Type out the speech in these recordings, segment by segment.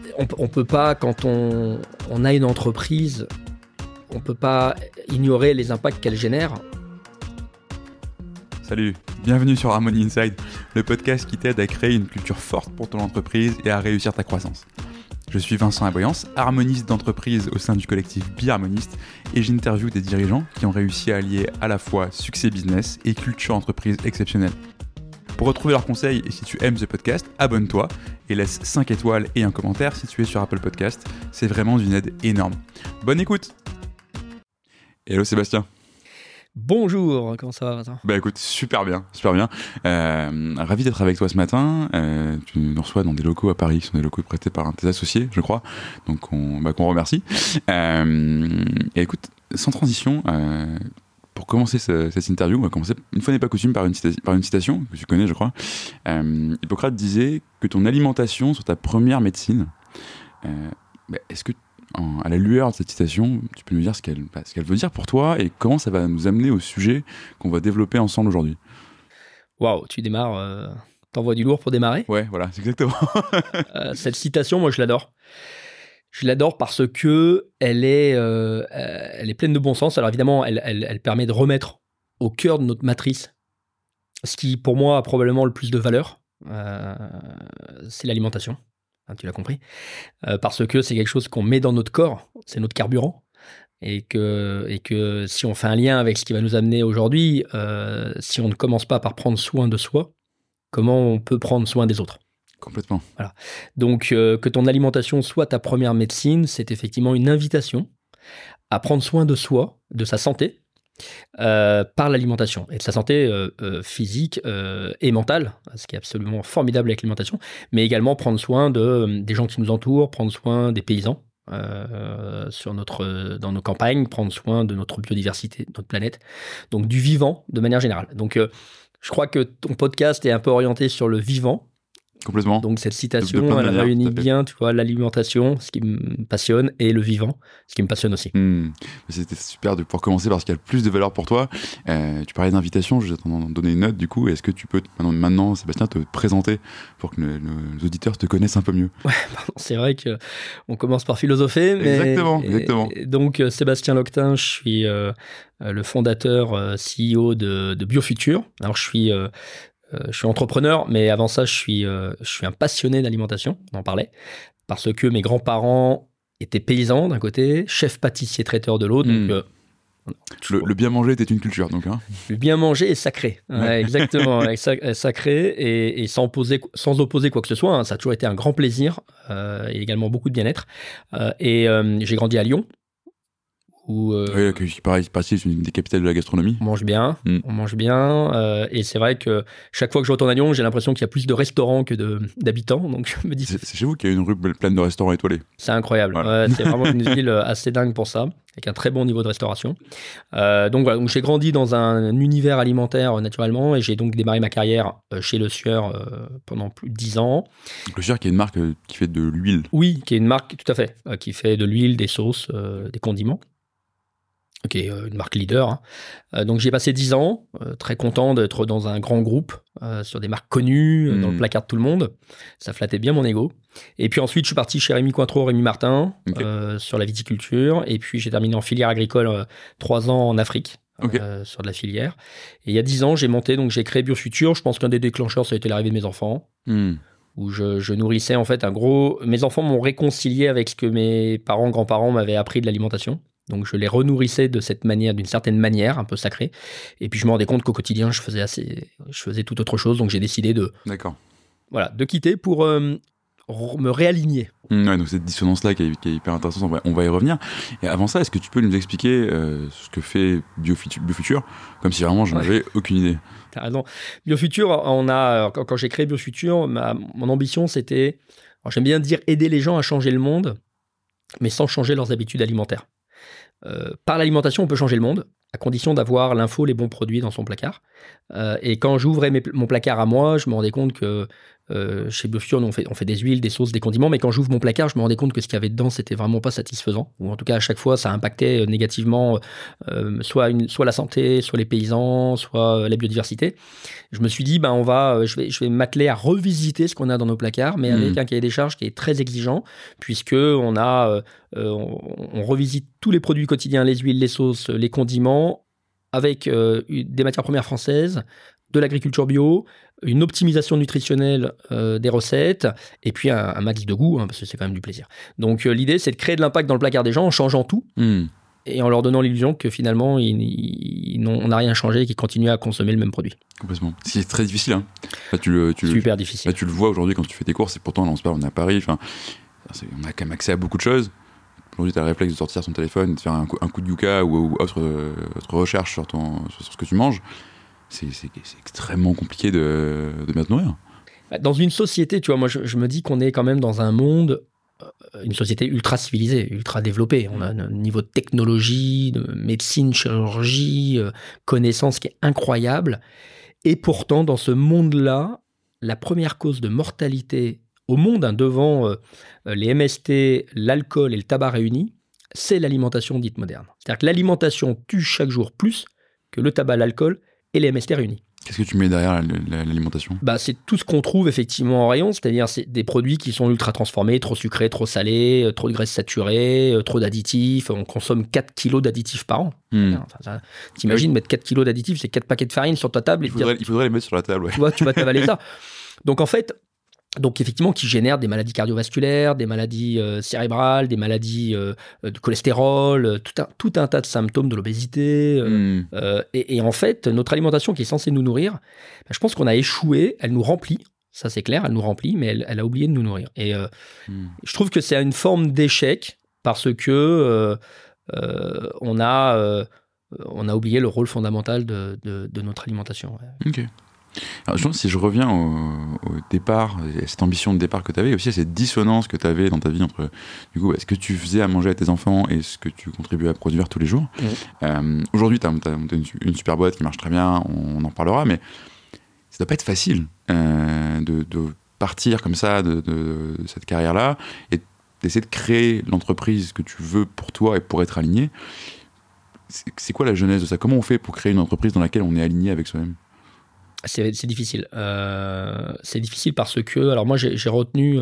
on peut pas, quand on a une entreprise, on peut pas ignorer les impacts qu'elle génère. Salut, bienvenue sur Harmony Inside, le podcast qui t'aide à créer une culture forte pour ton entreprise et à réussir ta croissance. Je suis Vincent Aboyance, harmoniste d'entreprise au sein du collectif Biharmoniste, et j'interviewe des dirigeants qui ont réussi à allier à la fois succès business et culture entreprise exceptionnelle. Pour retrouver leurs conseils et si tu aimes ce podcast, abonne-toi et laisse 5 étoiles et un commentaire si tu es sur Apple Podcast. C'est vraiment d'une aide énorme. Bonne écoute. Hello Sébastien. Bonjour, comment ça va Vincent ? Bah écoute, super bien. Ravi d'être avec toi ce matin. Tu nous reçois dans des locaux à Paris, qui sont des locaux prêtés par un de tes associés, je crois. Donc qu'on remercie. Et écoute, sans transition, pour commencer cette interview, on va commencer, une fois n'est pas coutume, par une citation que tu connais, je crois. Hippocrate disait que ton alimentation soit ta première médecine. Est-ce que, à la lueur de cette citation, tu peux nous dire ce qu'elle veut dire pour toi et comment ça va nous amener au sujet qu'on va développer ensemble aujourd'hui ? Waouh, tu démarres, t'envoies du lourd pour démarrer ? Ouais, voilà, c'est exactement. Cette citation, moi je l'adore. Je l'adore parce que elle est pleine de bon sens. Alors évidemment, elle permet de remettre au cœur de notre matrice ce qui, pour moi, a probablement le plus de valeur. C'est l'alimentation. Tu l'as compris. Parce que c'est quelque chose qu'on met dans notre corps. C'est notre carburant. Et que si on fait un lien avec ce qui va nous amener aujourd'hui, si on ne commence pas par prendre soin de soi, comment on peut prendre soin des autres ? Complètement. Voilà. Donc, que ton alimentation soit ta première médecine, c'est effectivement une invitation à prendre soin de soi, de sa santé, par l'alimentation. Et de sa santé physique et mentale, ce qui est absolument formidable avec l'alimentation, mais également prendre soin des gens qui nous entourent, prendre soin des paysans dans nos campagnes, prendre soin de notre biodiversité, de notre planète, donc du vivant de manière générale. Donc, je crois que ton podcast est un peu orienté sur le vivant. Complètement. Donc cette citation, elle réunit bien, tu vois, l'alimentation, ce qui me passionne, et le vivant, ce qui me passionne aussi. C'était super de pouvoir commencer par ce qui a le plus de valeur pour toi. Tu parlais d'invitation, je vais t'en donner une note du coup. Est-ce que tu peux maintenant, Sébastien, te présenter pour que nos auditeurs te connaissent un peu mieux ? Ouais, pardon, c'est vrai qu'on commence par philosopher. Mais, Exactement. Donc Sébastien Loctin, je suis le fondateur, CEO de BioFuture. Alors je suis entrepreneur, mais avant ça, je suis un passionné d'alimentation, on en parlait, parce que mes grands-parents étaient paysans d'un côté, chef pâtissier traiteur de l'autre. Donc, le bien manger était une culture, donc. Hein. Le bien manger est sacré, ouais, exactement, sacré et sans opposer quoi que ce soit. Hein, ça a toujours été un grand plaisir et également beaucoup de bien-être. J'ai grandi à Lyon. Oui, pareil, c'est une des capitales de la gastronomie. On mange bien, et c'est vrai que chaque fois que je retourne à Lyon, j'ai l'impression qu'il y a plus de restaurants que d'habitants, donc je me dis... C'est chez vous qu'il y a une rue pleine de restaurants étoilés. C'est incroyable, voilà. Ouais, c'est vraiment une ville assez dingue pour ça, avec un très bon niveau de restauration. Donc voilà, donc j'ai grandi dans un univers alimentaire naturellement, et j'ai donc démarré ma carrière chez Le Sueur pendant plus de 10 ans. Donc Le Sueur qui est une marque qui fait de l'huile. Oui, qui est une marque, tout à fait, qui fait de l'huile, des sauces, des condiments. Ok, une marque leader. Hein. Donc j'y ai passé 10 ans, très content d'être dans un grand groupe, sur des marques connues, dans le placard de tout le monde. Ça flattait bien mon ego. Et puis ensuite, je suis parti chez Rémi Cointreau, Rémi Martin, sur la viticulture. Et puis j'ai terminé en filière agricole 3 ans en Afrique, sur de la filière. Et il y a 10 ans, j'ai créé BioFuture. Je pense qu'un des déclencheurs, ça a été l'arrivée de mes enfants. Où je nourrissais en fait mes enfants m'ont réconcilié avec ce que mes parents, grands-parents m'avaient appris de l'alimentation. Donc je les renourrissais d'une certaine manière, un peu sacrée. Et puis je me rendais compte qu'au quotidien, je faisais tout autre chose. Donc j'ai décidé de quitter pour me réaligner. Ouais, donc cette dissonance-là qui est hyper intéressante, on va y revenir. Et avant ça, est-ce que tu peux nous expliquer ce que fait BioFuture, comme si vraiment je n'avais aucune idée. T'as raison. BioFuture, quand j'ai créé BioFuture, mon ambition c'était, alors j'aime bien dire aider les gens à changer le monde, mais sans changer leurs habitudes alimentaires. Par l'alimentation, on peut changer le monde, à condition d'avoir l'info, les bons produits dans son placard. Et quand j'ouvrais mon placard à moi, je me rendais compte que chez Biofure, nous, on fait des huiles, des sauces, des condiments, mais quand j'ouvre mon placard, je me rendais compte que ce qu'il y avait dedans, c'était vraiment pas satisfaisant. Ou en tout cas, à chaque fois, ça impactait négativement soit la santé, soit les paysans, soit la biodiversité. Je me suis dit, je vais m'atteler à revisiter ce qu'on a dans nos placards, mais avec un cahier des charges qui est très exigeant, puisque on revisite tous les produits quotidiens, les huiles, les sauces, les condiments, avec des matières premières françaises, de l'agriculture bio, une optimisation nutritionnelle des recettes, et puis un max de goût, parce que c'est quand même du plaisir. Donc l'idée, c'est de créer de l'impact dans le placard des gens en changeant tout, et en leur donnant l'illusion que finalement, on n'a rien changé et qu'ils continuent à consommer le même produit. Complètement. Ce qui est très difficile. Hein. Là, super difficile. Là, tu le vois aujourd'hui quand tu fais tes courses, et pourtant, là, on est à Paris, on a quand même accès à beaucoup de choses. Aujourd'hui, tu as le réflexe de sortir son téléphone, de faire un coup de Yuka ou autre recherche sur ce que tu manges. C'est extrêmement compliqué de bien te nourrir. Dans une société, tu vois, moi, je me dis qu'on est quand même dans un monde, une société ultra civilisée, ultra développée. On a un niveau de technologie, de médecine, chirurgie, connaissance qui est incroyable. Et pourtant, dans ce monde-là, la première cause de mortalité au monde, devant les MST, l'alcool et le tabac réunis, c'est l'alimentation dite moderne. C'est-à-dire que l'alimentation tue chaque jour plus que le tabac, l'alcool et les MST réunis. Qu'est-ce que tu mets derrière l'alimentation ? C'est tout ce qu'on trouve effectivement en rayon, c'est-à-dire c'est des produits qui sont ultra transformés, trop sucrés, trop salés, trop de graisses saturées, trop d'additifs. On consomme 4 kilos d'additifs par an. T'imagines mettre 4 kilos d'additifs, c'est 4 paquets de farine sur ta table. Il faudrait les mettre sur la table, ouais. Tu vas t'avaler ça. Donc en fait, effectivement, qui génèrent des maladies cardiovasculaires, des maladies cérébrales, des maladies de cholestérol, tout un tas de symptômes de l'obésité. Et en fait, notre alimentation qui est censée nous nourrir, je pense qu'on a échoué, elle nous remplit, ça c'est clair, elle nous remplit, mais elle a oublié de nous nourrir. Et je trouve que c'est une forme d'échec parce que on a oublié le rôle fondamental de notre alimentation. Ouais. Ok. Alors, je pense que si je reviens au départ, à cette ambition de départ que tu avais, aussi à cette dissonance que tu avais dans ta vie entre, du coup, ce que tu faisais à manger à tes enfants et ce que tu contribuais à produire tous les jours. Aujourd'hui, tu as une super boîte qui marche très bien, on en parlera, mais ça doit pas être facile de partir comme ça de cette carrière-là et d'essayer de créer l'entreprise que tu veux pour toi et pour être aligné. C'est quoi la genèse de ça ? Comment on fait pour créer une entreprise dans laquelle on est aligné avec soi-même ? C'est difficile. C'est difficile parce que, alors moi j'ai retenu,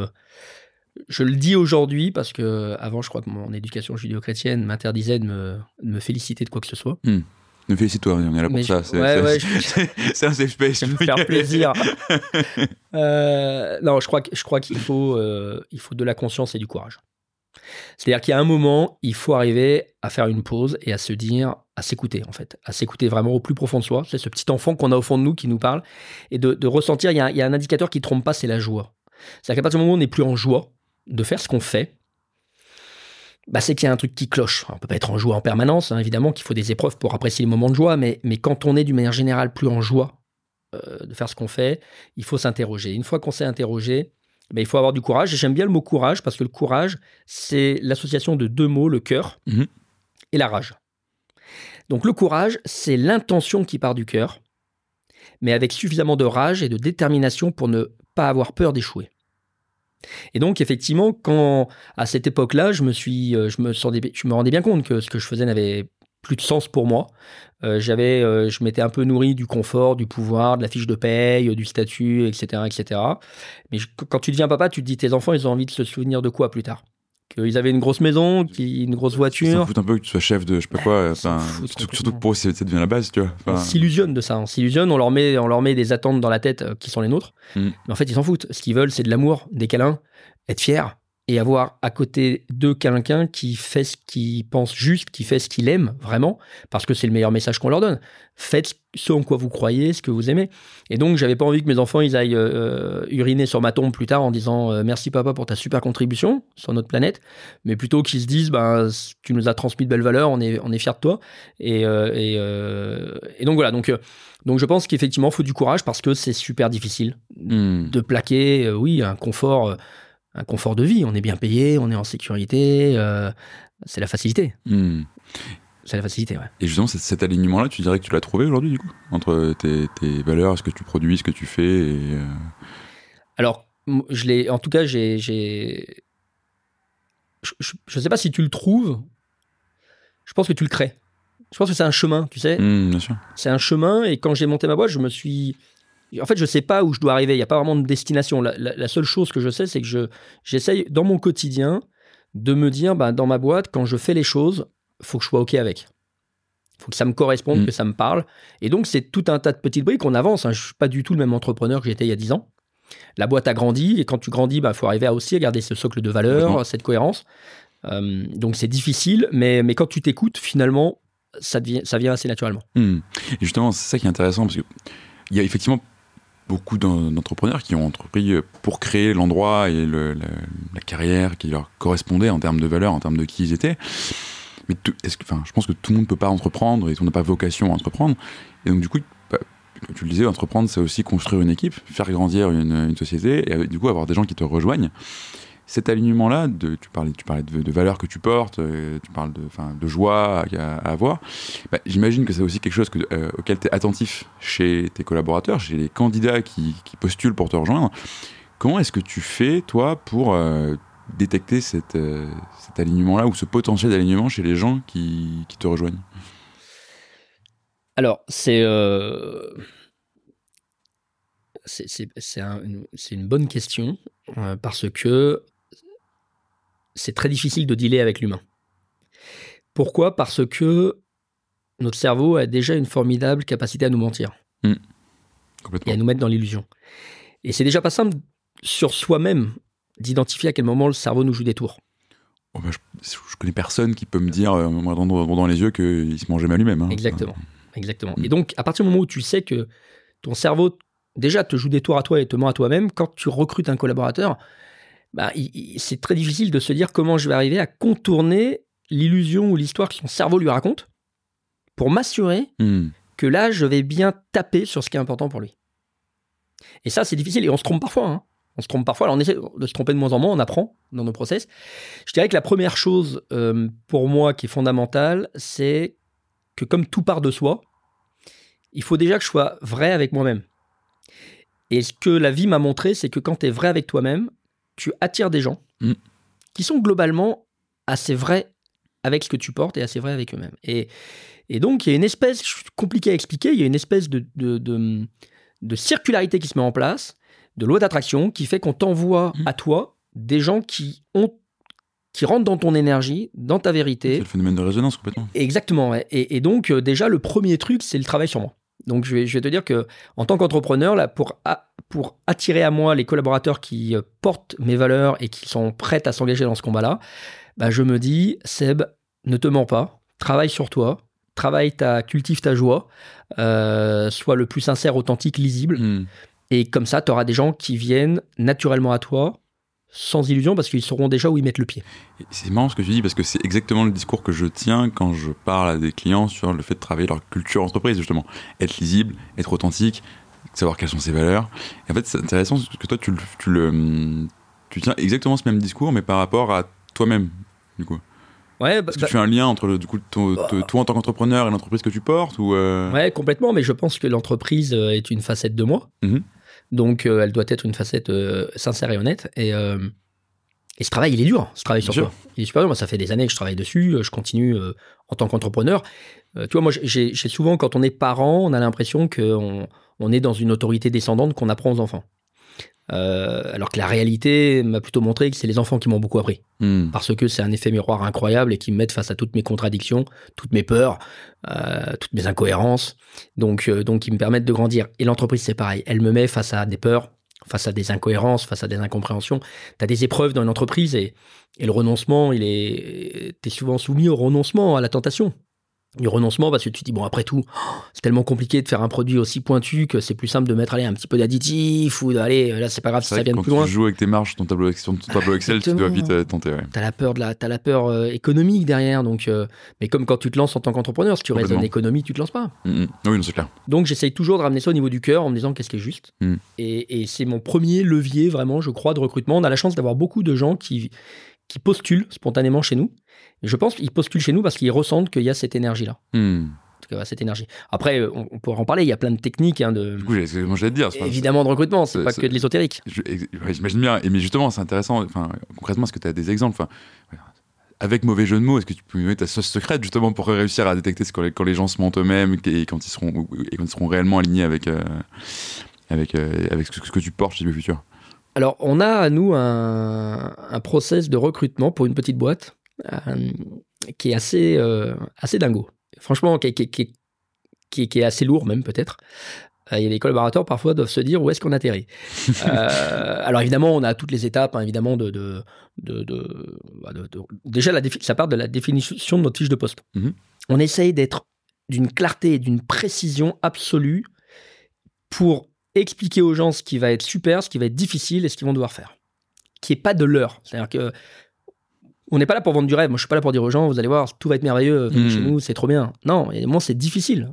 je le dis aujourd'hui parce que avant je crois que mon éducation judéo-chrétienne m'interdisait de me féliciter de quoi que ce soit. Ne félicite-toi, on est là pour ça. C'est un safe space. Je vais me faire plaisir. Non, je crois qu'il faut de la conscience et du courage. C'est-à-dire qu'il y a un moment, il faut arriver à faire une pause et à se dire, à s'écouter en fait, à s'écouter vraiment au plus profond de soi. C'est ce petit enfant qu'on a au fond de nous qui nous parle et de ressentir, il y a un indicateur qui ne trompe pas, c'est la joie. C'est-à-dire qu'à partir du moment où on n'est plus en joie de faire ce qu'on fait, c'est qu'il y a un truc qui cloche. Alors, on ne peut pas être en joie en permanence, évidemment qu'il faut des épreuves pour apprécier les moments de joie, mais quand on est d'une manière générale plus en joie de faire ce qu'on fait, il faut s'interroger. Une fois qu'on s'est interrogé, il faut avoir du courage. Et j'aime bien le mot courage parce que le courage, c'est l'association de deux mots, le cœur et la rage. Donc le courage, c'est l'intention qui part du cœur, mais avec suffisamment de rage et de détermination pour ne pas avoir peur d'échouer. Et donc effectivement, quand à cette époque-là, je me rendais bien compte que ce que je faisais n'avait plus de sens pour moi. Je m'étais un peu nourri du confort, du pouvoir, de la fiche de paye, du statut, etc., etc. Mais quand tu deviens papa, tu te dis, tes enfants, ils ont envie de se souvenir de quoi plus tard ? Qu'ils avaient une grosse maison, une grosse voiture. Ça fout un peu que tu sois chef de je sais pas quoi. Surtout que pour eux, ça devient la base, tu vois. On s'illusionne de ça. On leur met des attentes dans la tête qui sont les nôtres. Mais en fait, ils s'en foutent. Ce qu'ils veulent, c'est de l'amour, des câlins, être fiers et avoir à côté d'eux quelqu'un qui fait ce qu'il pense juste, qui fait ce qu'il aime vraiment, parce que c'est le meilleur message qu'on leur donne. Faites ce en quoi vous croyez, ce que vous aimez. Et donc, j'avais pas envie que mes enfants ils aillent uriner sur ma tombe plus tard en disant merci papa pour ta super contribution sur notre planète, mais plutôt qu'ils se disent tu nous as transmis de belles valeurs, on est fiers de toi. Et donc voilà. Donc je pense qu'effectivement, il faut du courage parce que c'est super difficile de plaquer, un confort de vie. On est bien payé, on est en sécurité. C'est la facilité. C'est la facilité, ouais. Et justement, cet alignement-là, tu dirais que tu l'as trouvé aujourd'hui, du coup ? Entre tes valeurs, ce que tu produis, ce que tu fais et... Alors, en tout cas, je ne sais pas si tu le trouves. Je pense que tu le crées. Je pense que c'est un chemin, tu sais. Bien sûr. C'est un chemin, et quand j'ai monté ma boîte, en fait, je ne sais pas où je dois arriver. Il n'y a pas vraiment de destination. La seule chose que je sais, c'est que j'essaye, dans mon quotidien, de me dire, dans ma boîte, quand je fais les choses, il faut que je sois OK avec. Il faut que ça me corresponde, que ça me parle. Et donc, c'est tout un tas de petites briques. On avance. Je ne suis pas du tout le même entrepreneur que j'étais il y a 10 ans. La boîte a grandi, et quand tu grandis, faut arriver aussi à garder ce socle de valeurs, cette cohérence. Donc, c'est difficile, mais quand tu t'écoutes, finalement, ça vient assez naturellement. Et justement, c'est ça qui est intéressant, parce qu'il y a effectivement beaucoup d'entrepreneurs qui ont entrepris pour créer l'endroit et la carrière qui leur correspondait en termes de valeurs, en termes de qui ils étaient. Mais je pense que tout le monde ne peut pas entreprendre, et tout le monde n'a pas vocation à entreprendre. Et donc, du coup, tu le disais, entreprendre, c'est aussi construire une équipe, faire grandir une société, et du coup, avoir des gens qui te rejoignent. Cet alignement-là, tu parlais de valeurs que tu portes, tu parles de joie à avoir. J'imagine que c'est aussi quelque chose auquel tu es attentif chez tes collaborateurs, chez les candidats qui postulent pour te rejoindre. Comment est-ce que tu fais, toi, pour détecter cet alignement-là, ou ce potentiel d'alignement chez les gens qui te rejoignent? Alors, c'est une bonne question, parce que c'est très difficile de dealer avec l'humain. Pourquoi ? Parce que notre cerveau a déjà une formidable capacité à nous mentir. Complètement. Et à nous mettre dans l'illusion. Et c'est déjà pas simple sur soi-même d'identifier à quel moment le cerveau nous joue des tours. Je connais personne qui peut me dire, dans les yeux, qu'il se mangeait mal lui-même. Exactement. Et donc, à partir du moment où tu sais que ton cerveau déjà te joue des tours à toi et te ment à toi-même, quand tu recrutes un collaborateur, c'est très difficile de se dire comment je vais arriver à contourner l'illusion ou l'histoire que son cerveau lui raconte pour m'assurer que là, je vais bien taper sur ce qui est important pour lui. Et ça, c'est difficile, et on se trompe parfois. On se trompe parfois, alors on essaie de se tromper de moins en moins, on apprend dans nos process. Je dirais que la première chose pour moi qui est fondamentale, c'est que comme tout part de soi, il faut déjà que je sois vrai avec moi-même. Et ce que la vie m'a montré, c'est que quand tu es vrai avec toi-même, tu attires des gens qui sont globalement assez vrais avec ce que tu portes et assez vrais avec eux-mêmes. Et donc, il y a une espèce, compliqué à expliquer, il y a une espèce de circularité qui se met en place, de loi d'attraction, qui fait qu'on t'envoie à toi des gens qui rentrent dans ton énergie, dans ta vérité. C'est le phénomène de résonance, complètement. Exactement. Ouais. Et donc, déjà, le premier truc, c'est le travail sur moi. Donc, je vais te dire que en tant qu'entrepreneur, là, pour attirer à moi les collaborateurs qui portent mes valeurs et qui sont prêts à s'engager dans ce combat-là, je me dis, Seb, ne te mens pas, travaille sur toi, cultive ta joie, sois le plus sincère, authentique, lisible. Et comme ça, tu auras des gens qui viennent naturellement à toi, sans illusion, parce qu'ils sauront déjà où ils mettent le pied. C'est marrant ce que tu dis, parce que c'est exactement le discours que je tiens quand je parle à des clients sur le fait de travailler leur culture entreprise, justement. Être lisible, être authentique, savoir quelles sont ses valeurs. Et en fait, c'est intéressant parce que toi, tu tiens exactement ce même discours, mais par rapport à toi-même, du coup. Ouais, Est-ce que tu fais un lien entre toi en tant qu'entrepreneur et l'entreprise que tu portes, ou Ouais, complètement, mais je pense que l'entreprise est une facette de moi. Donc, elle doit être une facette sincère et honnête. Et ce travail, il est dur, ce travail sur toi. Il est super dur. Moi, ça fait des années que je travaille dessus. Je continue en tant qu'entrepreneur. Tu vois, moi, j'ai souvent, quand on est parent, on a l'impression qu'on est dans une autorité descendante qu'on apprend aux enfants. Alors que la réalité m'a plutôt montré que c'est les enfants qui m'ont beaucoup appris. Parce que c'est un effet miroir incroyable et qui me mettent face à toutes mes contradictions, toutes mes peurs, toutes mes incohérences. Donc ils me permettent de grandir. Et l'entreprise, c'est pareil. Elle me met face à des peurs, face à des incohérences, face à des incompréhensions. Tu as des épreuves dans une entreprise et le renoncement, t'es souvent soumis au renoncement, à la tentation. Du renoncement, parce que tu te dis, bon, après tout, c'est tellement compliqué de faire un produit aussi pointu que c'est plus simple de mettre un petit peu d'additif ou d'aller, là, c'est pas grave si ça vient de plus loin. Quand tu joues avec tes marges sur ton tableau Excel, tu dois vite tenter. Ouais. T'as la peur économique derrière, donc, mais comme quand tu te lances en tant qu'entrepreneur, si tu restes en économie, tu te lances pas. Oui, non, c'est clair. Donc, j'essaye toujours de ramener ça au niveau du cœur en me disant qu'est-ce qui est juste. Et c'est mon premier levier, vraiment, je crois, de recrutement. On a la chance d'avoir beaucoup de gens qui postulent spontanément chez nous. Je pense qu'ils postulent chez nous parce qu'ils ressentent qu'il y a cette énergie-là. tout cas, cette énergie. Après, on pourra en parler. Il y a plein de techniques. Du coup, moi, j'allais te dire. Évidemment, de recrutement. C'est pas que de l'ésotérique. J'imagine bien. Mais justement, c'est intéressant. Enfin, concrètement, est-ce que tu as des exemples? Avec mauvais jeu de mots, est-ce que tu peux me donner ta sauce secrète justement pour réussir à détecter quand les gens se mentent eux-mêmes et quand ils seront réellement alignés avec ce que tu portes chez le futur? Alors, on a à nous un process de recrutement pour une petite boîte qui est assez dingo. Franchement, qui est assez lourd même peut-être. Il y a des collaborateurs parfois doivent se dire où est-ce qu'on atterrit. Alors évidemment, on a toutes les étapes, hein, évidemment déjà ça part de la définition de notre fiche de poste. Mm-hmm. On essaye d'être d'une clarté et d'une précision absolue pour expliquer aux gens ce qui va être super, ce qui va être difficile et ce qu'ils vont devoir faire. Qui n'est pas de l'heure. C'est-à-dire que on n'est pas là pour vendre du rêve. Moi, je suis pas là pour dire aux gens, vous allez voir, tout va être merveilleux, venez chez nous, c'est trop bien. Non, évidemment, c'est difficile.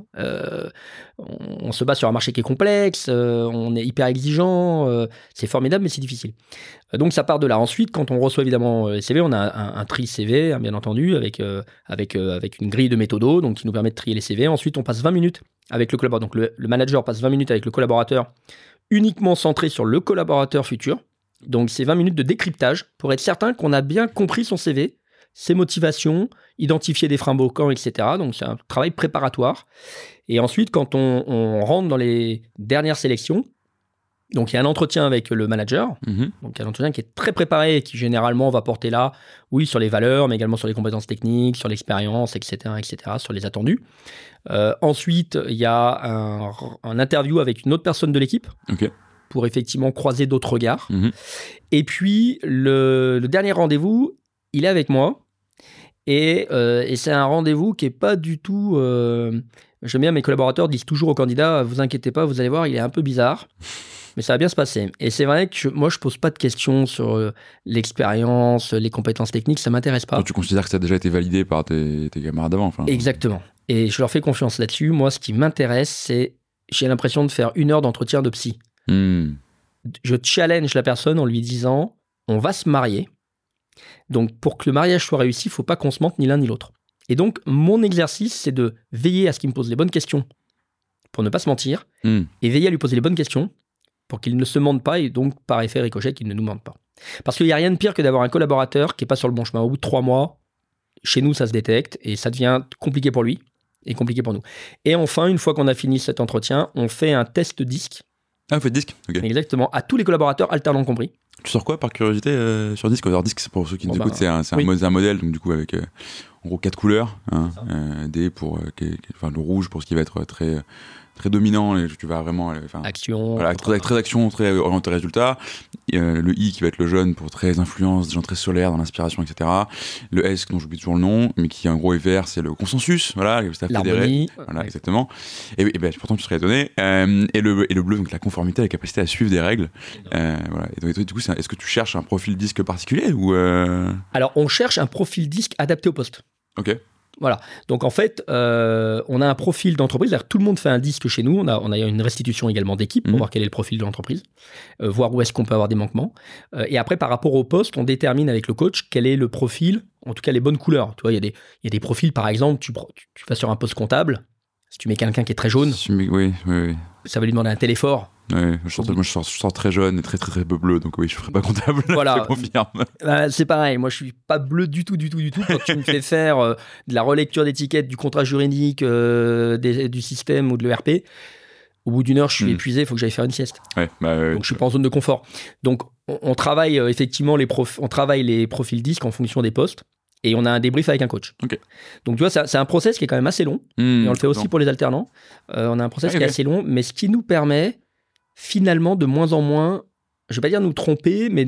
On se bat sur un marché qui est complexe, on est hyper exigeant, c'est formidable, mais c'est difficile. Donc, ça part de là. Ensuite, quand on reçoit évidemment les CV, on a un tri CV, hein, bien entendu, avec une grille de méthodo, donc qui nous permet de trier les CV. Ensuite, on passe 20 minutes avec le collaborateur. Donc, le manager passe 20 minutes avec le collaborateur, uniquement centré sur le collaborateur futur. Donc, c'est 20 minutes de décryptage pour être certain qu'on a bien compris son CV, ses motivations, identifier des freins bloquants, etc. Donc, c'est un travail préparatoire. Et ensuite, quand on rentre dans les dernières sélections, donc il y a un entretien avec le manager, donc un entretien qui est très préparé et qui généralement va porter là, oui, sur les valeurs, mais également sur les compétences techniques, sur l'expérience, etc., sur les attendus. Ensuite, il y a un interview avec une autre personne de l'équipe. Ok. Pour effectivement croiser d'autres regards. Et puis, le dernier rendez-vous, il est avec moi. Et c'est un rendez-vous qui n'est pas du tout... J'aime bien, mes collaborateurs disent toujours aux candidats, vous inquiétez pas, vous allez voir, il est un peu bizarre. Mais ça va bien se passer. Et c'est vrai que moi, je ne pose pas de questions sur l'expérience, les compétences techniques, ça ne m'intéresse pas. Donc, tu considères que ça a déjà été validé par tes camarades d'avant, enfin. Exactement. Et je leur fais confiance là-dessus. Moi, ce qui m'intéresse, c'est... J'ai l'impression de faire 1 heure d'entretien de psy. Je challenge la personne en lui disant on va se marier, donc pour que le mariage soit réussi, il ne faut pas qu'on se mente ni l'un ni l'autre. Et donc mon exercice, c'est de veiller à ce qu'il me pose les bonnes questions pour ne pas se mentir, et veiller à lui poser les bonnes questions pour qu'il ne se mente pas, et donc par effet ricochet qu'il ne nous mente pas. Parce qu'il n'y a rien de pire que d'avoir un collaborateur qui n'est pas sur le bon chemin. Au bout de 3 mois, chez nous ça se détecte et ça devient compliqué pour lui et compliqué pour nous. Et enfin, une fois qu'on a fini cet entretien, on fait un test DISC. Ah, vous faites DISC, ok. Exactement, à tous les collaborateurs, alternants compris. Tu sors quoi par curiosité sur DISC? Alors, DISC, c'est pour ceux qui nous écoutent, c'est un modèle, donc du coup, avec en gros 4 couleurs. Hein, D pour le rouge pour ce qui va être très, très dominant, et tu vas vraiment. Action. Voilà, très action, très orienté résultat. Le I qui va être le jaune pour très influence, des gens très solaires dans l'inspiration, etc. Le S, dont j'oublie toujours le nom, mais qui en gros est vert, c'est le consensus, voilà, le staff fédéré. Voilà, exactement. Et ben, pourtant, tu serais étonné. Et le bleu, donc la conformité, la capacité à suivre des règles. Voilà. Et donc, du coup, est-ce que tu cherches un profil DISC particulier ou Alors, on cherche un profil DISC adapté au poste. Ok. Voilà. Donc en fait, on a un profil d'entreprise. C'est-à-dire que tout le monde fait un DISC chez nous. On a une restitution également d'équipe pour voir quel est le profil de l'entreprise, voir où est-ce qu'on peut avoir des manquements. Et après, par rapport au poste, on détermine avec le coach quel est le profil, en tout cas les bonnes couleurs. Tu vois, il y a des profils, par exemple, tu vas sur un poste comptable. Si tu mets quelqu'un qui est très jaune, oui. Ça va lui demander un tel effort. Ouais, je sors très jeune et très très très bleu, donc oui, je ne ferai pas comptable. Voilà. Je confirme. C'est pareil, moi je suis pas bleu du tout. Quand tu me fais faire de la relecture d'étiquette du contrat juridique, du système ou de l'ERP, au bout d'1 heure, je suis épuisé, il faut que j'aille faire une sieste. Ouais, donc je suis pas en zone de confort. Donc on travaille effectivement les profils DISC en fonction des postes. Et on a un débrief avec un coach. Okay. Donc, tu vois, c'est un process qui est quand même assez long. Et on le fait aussi pour les alternants. On a un process qui est assez long, mais ce qui nous permet, finalement, de moins en moins, je ne vais pas dire nous tromper, mais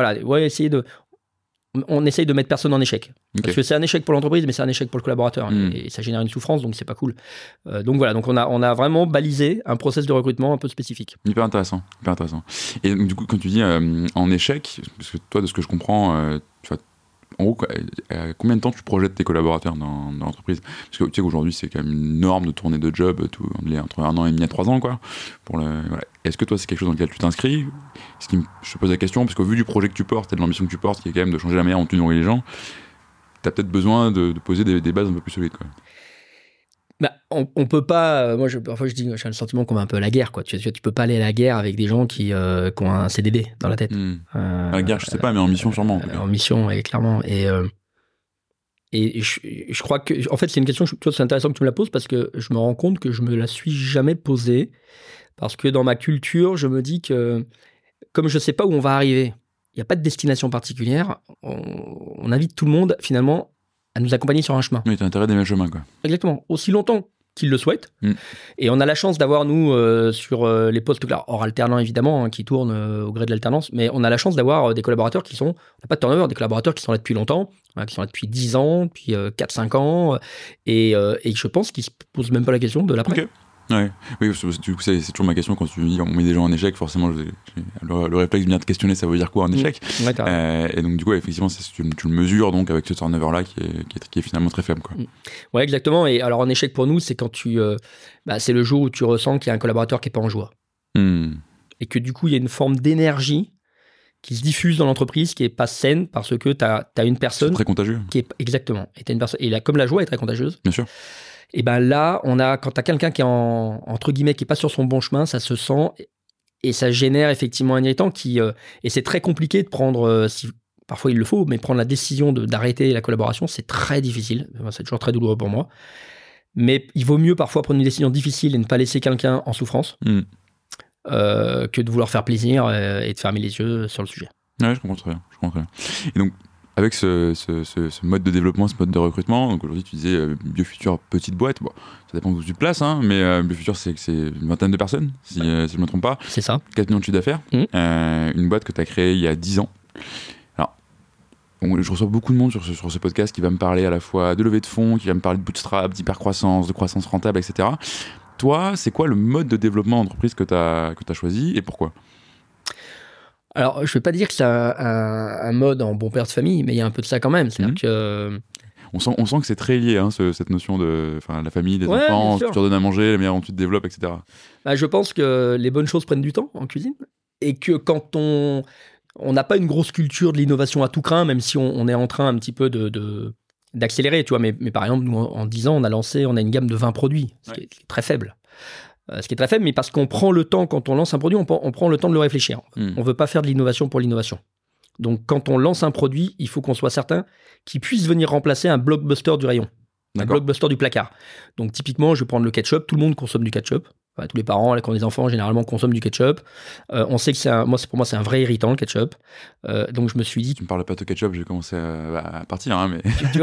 on essaye de mettre personne en échec. Okay. Parce que c'est un échec pour l'entreprise, mais c'est un échec pour le collaborateur. Et ça génère une souffrance, donc c'est pas cool. Donc voilà, donc on a vraiment balisé un process de recrutement un peu spécifique. Hyper intéressant. Et du coup, quand tu dis en échec, parce que toi, de ce que je comprends, tu vois, en gros, combien de temps tu projettes tes collaborateurs dans l'entreprise? Parce que tu sais qu'aujourd'hui, c'est quand même une norme de tournée de job, entre 1 an et demi à 3 ans, quoi. Voilà. Est-ce que toi, c'est quelque chose dans lequel tu t'inscris? Je te pose la question, parce qu'au vu du projet que tu portes et de l'ambition que tu portes, qui est quand même de changer la manière dont tu nourris les gens, tu as peut-être besoin de poser des bases un peu plus solides, quoi. On peut pas. Moi, parfois, j'ai le sentiment qu'on va un peu à la guerre, quoi. Tu peux pas aller à la guerre avec des gens qui ont un CDD dans la tête. À la guerre, je sais pas, mais en mission sûrement. En mission, oui, clairement. Et je crois que, en fait, c'est une question. C'est intéressant que tu me la poses parce que je me rends compte que je me la suis jamais posée parce que dans ma culture, je me dis que comme je sais pas où on va arriver, il n'y a pas de destination particulière. On invite tout le monde finalement à nous accompagner sur un chemin. Oui, t'as intérêt d'aimer le chemin, quoi. Exactement. Aussi longtemps qu'ils le souhaitent. Et on a la chance d'avoir, nous, sur les postes, hors alternants évidemment, hein, qui tournent au gré de l'alternance, mais on a la chance d'avoir des collaborateurs qui sont, on n'a pas de turnover, des collaborateurs qui sont là depuis longtemps, hein, qui sont là depuis 10 ans, depuis 4-5 ans, et je pense qu'ils ne se posent même pas la question de l'après. Okay. Ouais. Oui, du coup, c'est toujours ma question quand tu dis on met des gens en échec, forcément le réflexe de venir te questionner, ça veut dire quoi en échec? Et donc du coup, effectivement, tu le mesures donc avec ce turnover là qui est finalement très faible, quoi. Ouais, exactement. Et alors en échec pour nous, c'est quand c'est le jour où tu ressens qu'il y a un collaborateur qui est pas en joie et que du coup il y a une forme d'énergie qui se diffuse dans l'entreprise qui est pas saine parce que t'as une personne. C'est très contagieux. Exactement. Et t'as une personne. Et là, comme la joie est très contagieuse. Bien sûr. Et ben là, quand tu as quelqu'un qui est entre guillemets qui est pas sur son bon chemin, ça se sent et ça génère effectivement un irritant et c'est très compliqué de prendre parfois il le faut, mais prendre la décision d'arrêter la collaboration, c'est très difficile. C'est toujours très douloureux pour moi. Mais il vaut mieux parfois prendre une décision difficile et ne pas laisser quelqu'un en souffrance que de vouloir faire plaisir et de fermer les yeux sur le sujet. Ouais, je comprends très bien. Et donc avec ce mode de développement, ce mode de recrutement, donc aujourd'hui tu disais Biofutur, petite boîte, bon, ça dépend où tu te places, hein, mais Biofutur c'est une vingtaine de personnes, si je ne me trompe pas. C'est ça. 4 millions de chiffre d'affaires, une boîte que tu as créée il y a 10 ans. Alors, je reçois beaucoup de monde sur ce podcast qui va me parler à la fois de levée de fonds, qui va me parler de bootstrap, d'hypercroissance, de croissance rentable, etc. Toi, c'est quoi le mode de développement d'entreprise que tu as choisi et pourquoi ? Alors, je ne vais pas dire que c'est un mode en bon père de famille, mais il y a un peu de ça quand même. C'est-à-dire que... On sent que c'est très lié, hein, cette notion de la famille, des enfants, ce que tu leur donnes à manger, la manière dont tu te développes, etc. Je pense que les bonnes choses prennent du temps en cuisine et que quand on n'a pas une grosse culture de l'innovation à tout crin, même si on est en train un petit peu d'accélérer, tu vois. Mais par exemple, nous, en 10 ans, on a une gamme de 20 produits, ce qui est très faible. Mais parce qu'on prend le temps, quand on lance un produit, on prend le temps de le réfléchir. On ne veut pas faire de l'innovation pour l'innovation. Donc, quand on lance un produit, il faut qu'on soit certain qu'il puisse venir remplacer un blockbuster du rayon, un blockbuster du placard. Donc, typiquement, je vais prendre le ketchup. Tout le monde consomme du ketchup. Enfin, tous les parents, quand les enfants, généralement, consomment du ketchup. On sait que pour moi, c'est un vrai irritant, le ketchup. Donc, je me suis dit... Tu me parles pas de ketchup, j'ai commencé à partir, hein, mais... Tu vois.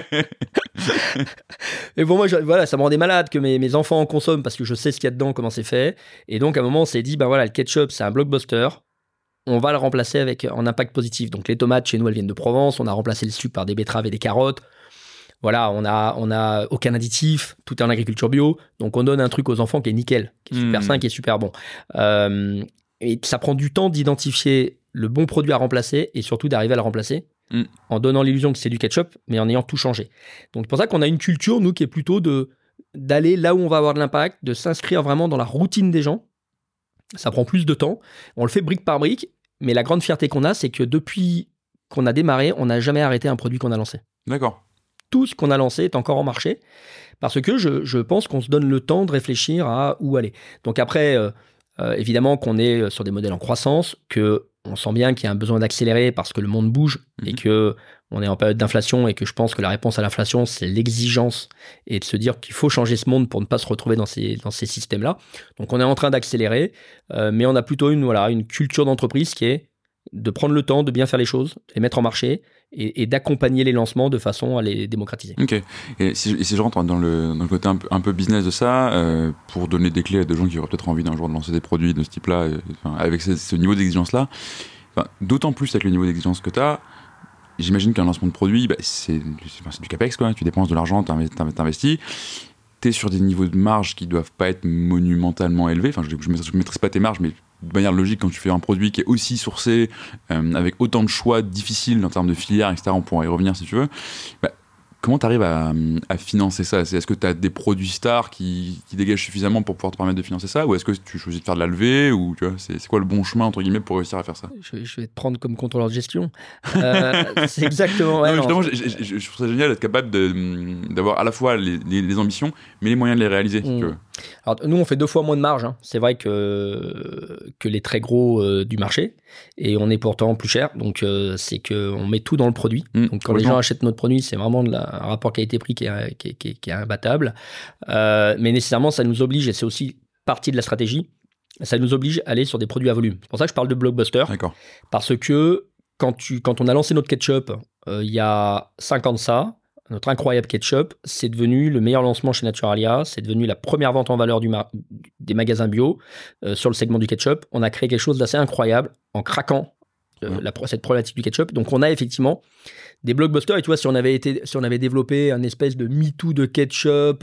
Et pour moi, ça me rendait malade que mes enfants en consomment parce que je sais ce qu'il y a dedans, comment c'est fait. Et donc, à un moment, on s'est dit, le ketchup, c'est un blockbuster. On va le remplacer avec un impact positif. Donc, les tomates, chez nous, elles viennent de Provence. On a remplacé le sucre par des betteraves et des carottes. Voilà, on a aucun additif. Tout est en agriculture bio. Donc, on donne un truc aux enfants qui est nickel, qui est super sain, qui est super bon. Et ça prend du temps d'identifier le bon produit à remplacer et surtout d'arriver à le remplacer en donnant l'illusion que c'est du ketchup, mais en ayant tout changé. Donc, c'est pour ça qu'on a une culture, nous, qui est plutôt d'aller là où on va avoir de l'impact, de s'inscrire vraiment dans la routine des gens. Ça prend plus de temps. On le fait brique par brique. Mais la grande fierté qu'on a, c'est que depuis qu'on a démarré, on n'a jamais arrêté un produit qu'on a lancé. D'accord. Tout ce qu'on a lancé est encore en marché parce que je pense qu'on se donne le temps de réfléchir à où aller. Donc après, évidemment qu'on est sur des modèles en croissance, qu'on sent bien qu'il y a un besoin d'accélérer parce que le monde bouge et qu'on est en période d'inflation et que je pense que la réponse à l'inflation, c'est l'exigence et de se dire qu'il faut changer ce monde pour ne pas se retrouver dans ces systèmes-là. Donc on est en train d'accélérer, mais on a plutôt une culture d'entreprise qui est de prendre le temps de bien faire les choses, de les mettre en marché et d'accompagner les lancements de façon à les démocratiser. Ok. Et si je rentre dans le côté un peu business de ça, pour donner des clés à des gens qui auraient peut-être envie d'un jour de lancer des produits de ce type-là, avec ce niveau d'exigence-là, d'autant plus avec le niveau d'exigence que tu as, j'imagine qu'un lancement de produit, c'est du capex, quoi. Tu dépenses de l'argent, t'investis. T'es sur des niveaux de marge qui doivent pas être monumentalement élevés. Enfin, je ne maîtrise pas tes marges, mais de manière logique, quand tu fais un produit qui est aussi sourcé, avec autant de choix difficiles en termes de filières, etc., on pourra y revenir si tu veux, comment tu arrives à financer ça? Est-ce que tu as des produits stars qui dégagent suffisamment pour pouvoir te permettre de financer ça? Ou est-ce que tu choisis de faire de la levée? Ou tu vois, c'est quoi le bon chemin, entre guillemets, pour réussir à faire ça? Je vais te prendre comme contrôleur de gestion. C'est exactement... Ouais, justement, je trouve ça génial d'être capable d'avoir à la fois les ambitions, mais les moyens de les réaliser. Si tu veux. Alors, nous, on fait 2 fois moins de marge. Hein. C'est vrai que les très gros du marché. Et on est pourtant plus cher. Donc, c'est qu'on met tout dans le produit. Donc, quand les gens achètent notre produit, c'est vraiment un rapport qualité-prix qui est imbattable. Mais nécessairement, ça nous oblige, et c'est aussi partie de la stratégie, ça nous oblige à aller sur des produits à volume. C'est pour ça que je parle de blockbuster. D'accord. Parce que quand on a lancé notre ketchup, il y a 5 ans de ça, notre incroyable ketchup, c'est devenu le meilleur lancement chez Naturalia, c'est devenu la première vente en valeur des magasins bio sur le segment du ketchup. On a créé quelque chose d'assez incroyable en craquant cette problématique du ketchup. Donc on a effectivement des blockbusters, et tu vois, si on avait développé un espèce de MeToo de ketchup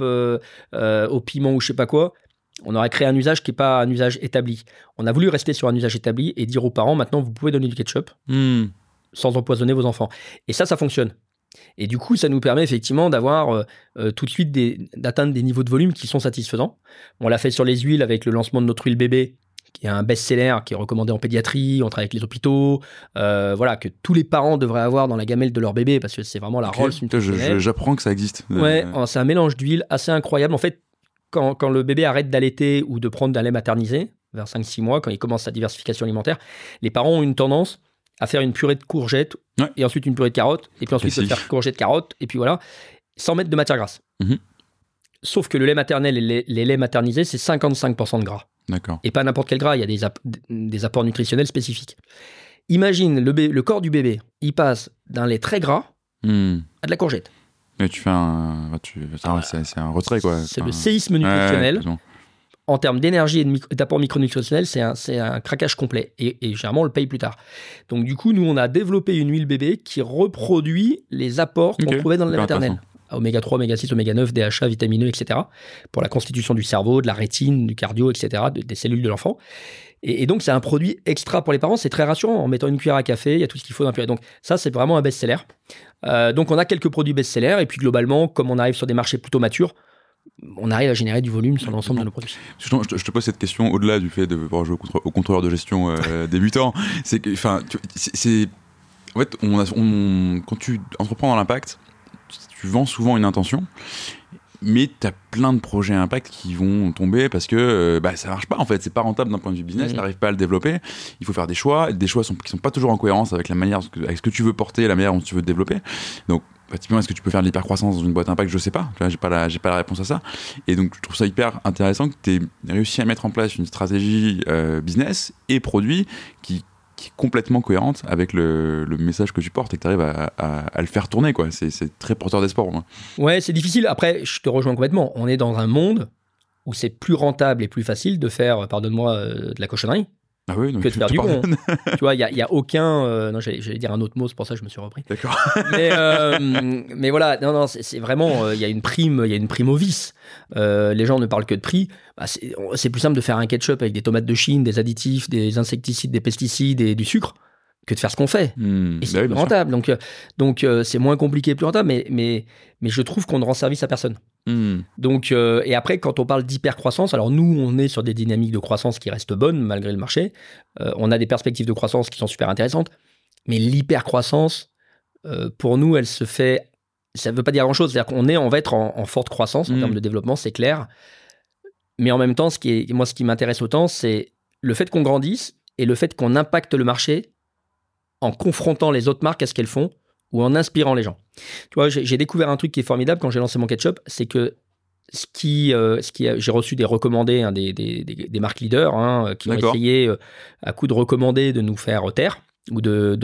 au piment ou je sais pas quoi, on aurait créé un usage qui n'est pas un usage établi. On a voulu rester sur un usage établi et dire aux parents, maintenant vous pouvez donner du ketchup sans empoisonner vos enfants. Et ça fonctionne. Et du coup, ça nous permet effectivement d'avoir tout de suite d'atteindre des niveaux de volume qui sont satisfaisants. On l'a fait sur les huiles avec le lancement de notre huile bébé, qui est un best-seller, qui est recommandé en pédiatrie, on travaille avec les hôpitaux, voilà, que tous les parents devraient avoir dans la gamelle de leur bébé, parce que c'est vraiment la Rolls nutritionnelle. J'apprends que ça existe. Ouais, c'est un mélange d'huile assez incroyable. En fait, quand le bébé arrête d'allaiter ou de prendre d'un lait maternisé, vers 5-6 mois, quand il commence sa diversification alimentaire, les parents ont une tendance à faire une purée de courgettes, et ensuite une purée de carottes, et puis ensuite de faire courgettes, carottes, et puis voilà, sans mettre de matière grasse. Sauf que le lait maternel et les laits maternisés, c'est 55% de gras. D'accord. Et pas n'importe quel gras, il y a des apports nutritionnels spécifiques. Imagine, le corps du bébé, il passe d'un lait très gras à de la courgette. Mais tu fais c'est un retrait, quoi. C'est le séisme nutritionnel. En termes d'énergie et d'apport micronutritionnel, c'est un craquage complet. Et généralement, on le paye plus tard. Donc, du coup, nous, on a développé une huile bébé qui reproduit les apports qu'on trouvait dans le lait maternel. Oméga 3, oméga 6, oméga 9, DHA, vitamine E, etc. Pour la constitution du cerveau, de la rétine, du cardio, etc., des cellules de l'enfant. Et donc, c'est un produit extra pour les parents. C'est très rassurant. En mettant une cuillère à café, il y a tout ce qu'il faut dans la purée. Donc, ça, c'est vraiment un best-seller. Donc, on a quelques produits best-sellers. Et puis, globalement, comme on arrive sur des marchés plutôt matures, on arrive à générer du volume sur l'ensemble de nos produits. Je te pose cette question au-delà du fait de pouvoir jouer au contrôleur de gestion débutant. C'est que, enfin, en fait, quand tu entreprends dans l'impact, tu vends souvent une intention, mais tu as plein de projets impact qui vont tomber parce que ça marche pas, en fait. C'est pas rentable d'un point de vue business, tu n'arrives pas à le développer. Il faut faire des choix qui sont pas toujours en cohérence avec avec ce que tu veux porter, la manière dont tu veux te développer. Donc, typiquement, est-ce que tu peux faire de l'hypercroissance dans une boîte impact? Je sais pas. J'ai pas la réponse à ça. Et donc, je trouve ça hyper intéressant que tu aies réussi à mettre en place une stratégie business et produit qui est complètement cohérente avec le message que tu portes et que tu arrives à le faire tourner, quoi. C'est très porteur d'espoir pour moi. Ouais, c'est difficile. Après, je te rejoins complètement. On est dans un monde où c'est plus rentable et plus facile de faire, pardonne-moi, de la cochonnerie. Ah oui, donc que de faire du bon. Tu vois, il y a aucun... non, j'allais dire un autre mot, c'est pour ça que je me suis repris. D'accord. Mais voilà, non, c'est vraiment... Il y a une prime au vice. Les gens ne parlent que de prix. C'est plus simple de faire un ketchup avec des tomates de Chine, des additifs, des insecticides, des pesticides et du sucre que de faire ce qu'on fait. Et c'est plus rentable. Donc c'est moins compliqué, plus rentable, mais je trouve qu'on ne rend service à personne. Donc, et après, quand on parle d'hypercroissance, alors nous, on est sur des dynamiques de croissance qui restent bonnes malgré le marché. On a des perspectives de croissance qui sont super intéressantes, mais l'hypercroissance, pour nous, elle se fait... Ça ne veut pas dire grand-chose. C'est-à-dire on va être en forte croissance en termes de développement, c'est clair. Mais en même temps, ce qui m'intéresse autant, c'est le fait qu'on grandisse et le fait qu'on impacte le marché en confrontant les autres marques à ce qu'elles font ou en inspirant les gens. Tu vois, j'ai découvert un truc qui est formidable quand j'ai lancé mon ketchup, c'est que j'ai reçu des recommandés, des marques leaders qui ont essayé, à coup de recommandés, de nous faire taire ou de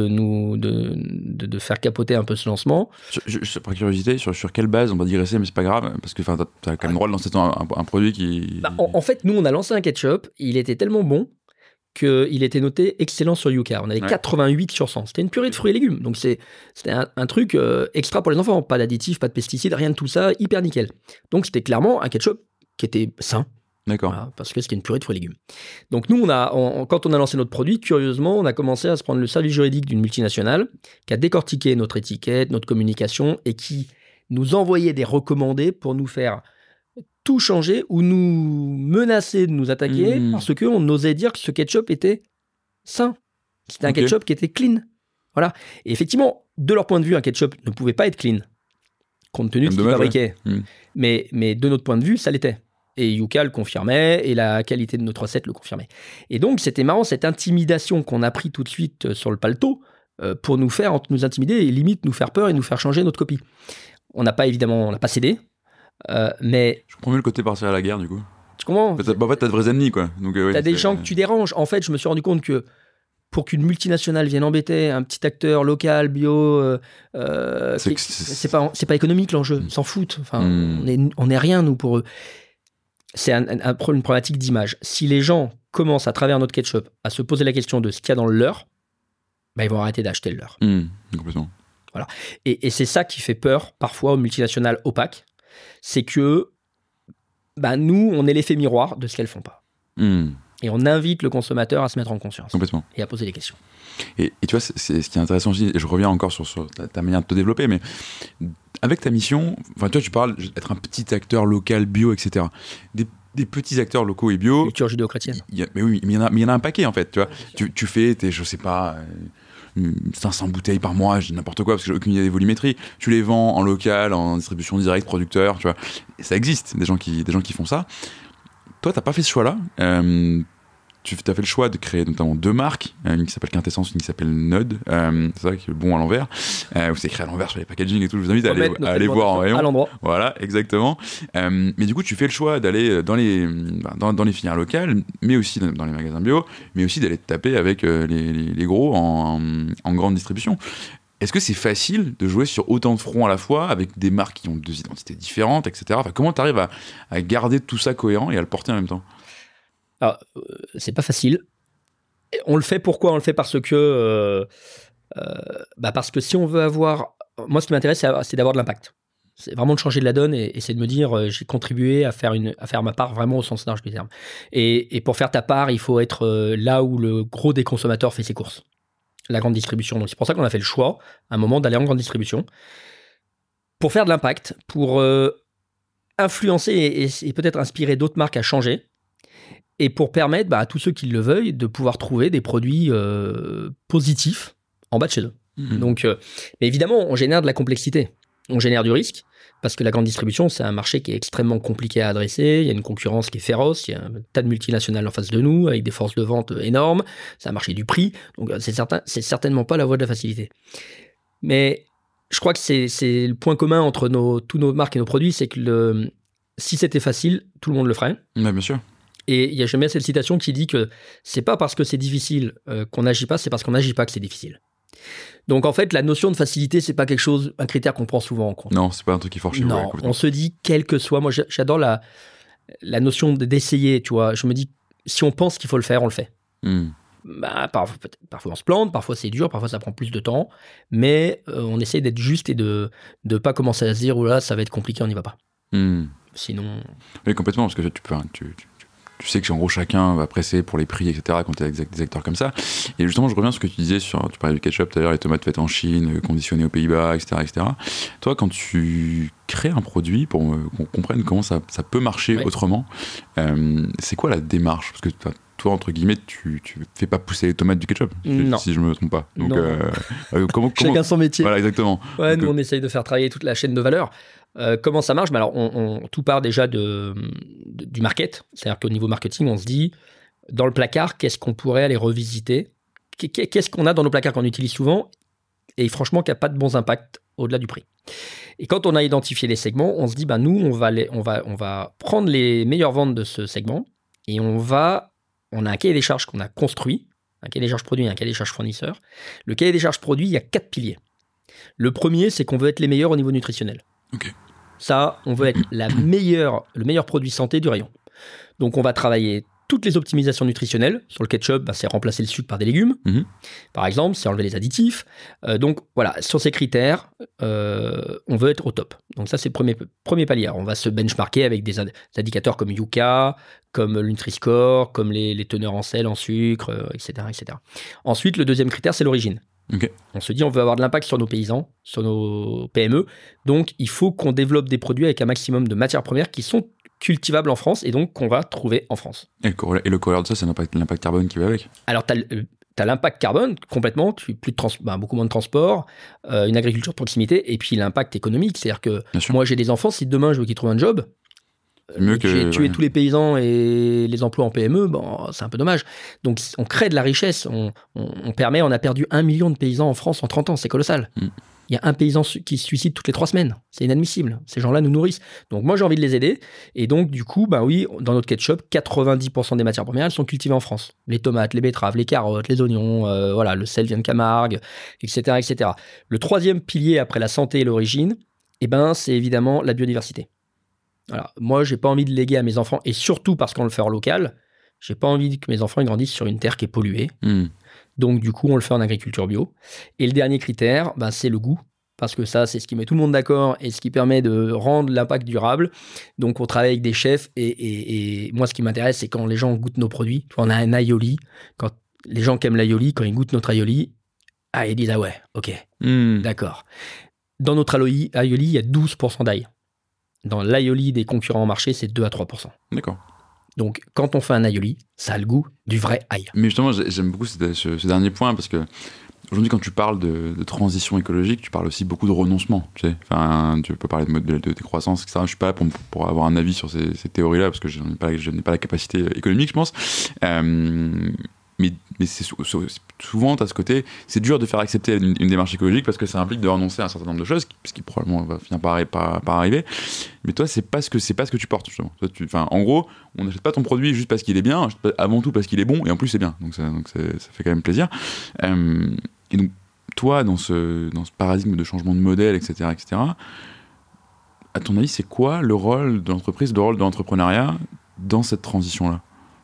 faire capoter un peu ce lancement. Par curiosité, sur quelle base, on va digresser, mais c'est pas grave, parce que tu as quand même le droit de lancer un produit qui... En fait, nous, on a lancé un ketchup, il était tellement bon qu'il était noté excellent sur Yuka. On avait 88 sur 100. C'était une purée de fruits et légumes. Donc, c'était un truc extra pour les enfants. Pas d'additifs, pas de pesticides, rien de tout ça, hyper nickel. Donc, c'était clairement un ketchup qui était sain. D'accord. Voilà, parce que c'était une purée de fruits et légumes. Donc, nous, quand on a lancé notre produit, curieusement, on a commencé à se prendre le service juridique d'une multinationale qui a décortiqué notre étiquette, notre communication et qui nous envoyer des recommandés pour nous faire tout changer ou nous menacer de nous attaquer parce qu'on osait dire que ce ketchup était sain. C'était un ketchup qui était clean. Voilà. Et effectivement, de leur point de vue, un ketchup ne pouvait pas être clean, compte tenu de ce qu'il fabriquait. Mais de notre point de vue, ça l'était. Et Yuka le confirmait, et la qualité de notre recette le confirmait. Et donc, c'était marrant, cette intimidation qu'on a pris tout de suite sur le paletot pour nous intimider et limite nous faire peur et nous faire changer notre copie. On n'a pas cédé, mais... Je comprends mieux le côté partir à la guerre, du coup. Tu comprends ? En fait, t'as de vrais ennemis, quoi. Donc, t'as des gens que tu déranges. En fait, je me suis rendu compte que pour qu'une multinationale vienne embêter un petit acteur local, bio, c'est pas économique l'enjeu, ils s'en foutent. Enfin, on est rien, nous, pour eux. C'est une problématique d'image. Si les gens commencent à travers notre ketchup à se poser la question de ce qu'il y a dans le leur, bah, ils vont arrêter d'acheter le leur. Complètement. Voilà. Et c'est ça qui fait peur parfois aux multinationales opaques, c'est que nous, on est l'effet miroir de ce qu'elles font pas. Et on invite le consommateur à se mettre en conscience. Complètement. Et à poser des questions. Et tu vois, c'est ce qui est intéressant aussi, et je reviens encore sur ta manière de te développer, mais avec ta mission, enfin, toi, tu parles d'être un petit acteur local, bio, etc. Des petits acteurs locaux et bio. Culture judéo-chrétienne. Mais oui, mais il y en a un paquet, en fait, tu vois. Tu fais, je sais pas, 500 bouteilles par mois, je dis n'importe quoi, parce que j'ai aucune idée des volumétries. Tu les vends en local, en distribution directe, producteur, tu vois. Et ça existe, des gens qui font ça. Toi, t'as pas fait ce choix-là. Tu as fait le choix de créer notamment 2 marques, une qui s'appelle Quintessence, une qui s'appelle Nod. C'est vrai que bon à l'envers. Vous c'est écrit à l'envers sur les packaging et tout. Je vous invite à aller voir en rayon. À l'endroit. Voilà, exactement. Mais du coup, tu fais le choix d'aller dans les filières locales, mais aussi dans les magasins bio, mais aussi d'aller te taper avec les gros en grande distribution. Est-ce que c'est facile de jouer sur autant de fronts à la fois, avec des marques qui ont 2 identités différentes, etc. Enfin, comment tu arrives à garder tout ça cohérent et à le porter en même temps ? Alors, c'est pas facile. On le fait pourquoi ? On le fait parce que si on veut avoir... Moi, ce qui m'intéresse, c'est d'avoir de l'impact. C'est vraiment de changer de la donne et c'est de me dire j'ai contribué à faire ma part vraiment au sens large du terme. Et pour faire ta part, il faut être là où le gros des consommateurs fait ses courses. La grande distribution. Donc c'est pour ça qu'on a fait le choix, à un moment, d'aller en grande distribution pour faire de l'impact, pour influencer et peut-être inspirer d'autres marques à changer et pour permettre à tous ceux qui le veuillent de pouvoir trouver des produits positifs en bas de chez eux. Donc, mais évidemment, on génère de la complexité, on génère du risque parce que la grande distribution, c'est un marché qui est extrêmement compliqué à adresser. Il y a une concurrence qui est féroce. Il y a un tas de multinationales en face de nous avec des forces de vente énormes. C'est un marché du prix. Donc, c'est certainement pas la voie de la facilité. Mais je crois que c'est le point commun entre tous nos marques et nos produits, c'est que si c'était facile, tout le monde le ferait. Ouais, bien sûr. Et j'aime bien cette citation qui dit que c'est pas parce que c'est difficile qu'on n'agit pas, c'est parce qu'on n'agit pas que c'est difficile. Donc en fait, la notion de facilité, c'est pas un critère qu'on prend souvent en compte. Non, c'est pas un truc qui force. Non, on se dit quel que soit. Moi, j'adore la notion d'essayer. Tu vois, je me dis si on pense qu'il faut le faire, on le fait. Parfois on se plante, parfois c'est dur, parfois ça prend plus de temps, mais on essaie d'être juste et de pas commencer à se dire oh là, ça va être compliqué, on n'y va pas. Sinon. Oui, complètement, parce que tu sais que en gros chacun va presser pour les prix, etc. quand tu es avec des acteurs comme ça. Et justement, je reviens sur ce que tu disais tu parlais du ketchup d'ailleurs, les tomates faites en Chine, conditionnées aux Pays-Bas, etc. Toi, quand tu crées un produit, pour qu'on comprenne comment ça peut marcher autrement, c'est quoi la démarche ? Parce que toi, entre guillemets, tu fais pas pousser les tomates du ketchup, si je me trompe pas. Donc, comment chacun son métier. Voilà, exactement. Ouais, nous, on essaye de faire travailler toute la chaîne de valeur. Comment ça marche ? Alors, tout part déjà du market. C'est-à-dire qu'au niveau marketing, on se dit, dans le placard, qu'est-ce qu'on pourrait aller revisiter ? Qu'est-ce qu'on a dans nos placards qu'on utilise souvent ? Et franchement, qui n'a pas de bons impacts au-delà du prix. Et quand on a identifié les segments, on se dit, nous, on va prendre les meilleures ventes de ce segment et on a un cahier des charges qu'on a construit, un cahier des charges produit et un cahier des charges fournisseur. Le cahier des charges produit, il y a 4 piliers. Le premier, c'est qu'on veut être les meilleurs au niveau nutritionnel. Okay. Ça, on veut être le meilleur produit santé du rayon. Donc, on va travailler toutes les optimisations nutritionnelles. Sur le ketchup, c'est remplacer le sucre par des légumes. Par exemple, c'est enlever les additifs. Donc, voilà, sur ces critères, on veut être au top. Donc, ça, c'est le premier palier. On va se benchmarker avec des indicateurs comme Yuka, comme le Nutri-Score, comme les teneurs en sel, en sucre, etc., etc. Ensuite, le deuxième critère, c'est l'origine. Ok. On se dit, on veut avoir de l'impact sur nos paysans, sur nos PME. Donc, il faut qu'on développe des produits avec un maximum de matières premières qui sont cultivables en France et donc qu'on va trouver en France. Et le corollaire de ça, c'est l'impact carbone qui va avec. Alors, tu as l'impact carbone complètement, beaucoup moins de transport, une agriculture de proximité et puis l'impact économique. C'est-à-dire que moi, j'ai des enfants, si demain je veux qu'ils trouvent un job, j'ai tué tous les paysans et les emplois en PME, c'est un peu dommage. Donc, on crée de la richesse. On a perdu 1 million de paysans en France en 30 ans. C'est colossal. Il y a un paysan qui se suicide toutes les 3 semaines. C'est inadmissible. Ces gens-là nous nourrissent. Donc, moi, j'ai envie de les aider. Et donc, du coup, oui, dans notre ketchup, 90% des matières premières, elles sont cultivées en France. Les tomates, les betteraves, les carottes, les oignons, le sel vient de Camargue, etc., etc. Le 3e pilier après la santé et l'origine, c'est évidemment la biodiversité. Voilà. Moi, j'ai pas envie de léguer à mes enfants, et surtout parce qu'on le fait en local, j'ai pas envie que mes enfants grandissent sur une terre qui est polluée. Donc, du coup, on le fait en agriculture bio. Et le dernier critère, c'est le goût, parce que ça, c'est ce qui met tout le monde d'accord et ce qui permet de rendre l'impact durable. Donc, on travaille avec des chefs, et moi, ce qui m'intéresse, c'est quand les gens goûtent nos produits. On a un aioli, quand les gens qui aiment l'aioli, quand ils goûtent notre aioli, ils disent « Ah ouais, ok, d'accord ». Dans notre aioli, il y a 12% d'ail. Dans l'aioli des concurrents au marché, c'est 2 à 3%. D'accord. Donc, quand on fait un aioli, ça a le goût du vrai ail. Mais justement, j'aime beaucoup ce dernier point parce que aujourd'hui, quand tu parles de transition écologique, tu parles aussi beaucoup de renoncement. Tu sais, tu peux parler de décroissance, etc. Je ne suis pas là pour avoir un avis sur ces théories-là parce que je n'ai pas la capacité économique, je pense. Mais c'est souvent, à ce côté, c'est dur de faire accepter une démarche écologique parce que ça implique de renoncer à un certain nombre de choses, ce qui probablement va finir par arriver. Mais toi, c'est pas ce que tu portes, justement. Toi, en gros, on n'achète pas ton produit juste parce qu'il est bien, on achète avant tout parce qu'il est bon, et en plus, c'est bien. Donc ça fait quand même plaisir. Et donc, toi, dans ce paradigme de changement de modèle, etc., à ton avis, c'est quoi le rôle de l'entreprise, le rôle de l'entrepreneuriat dans cette transition-là ?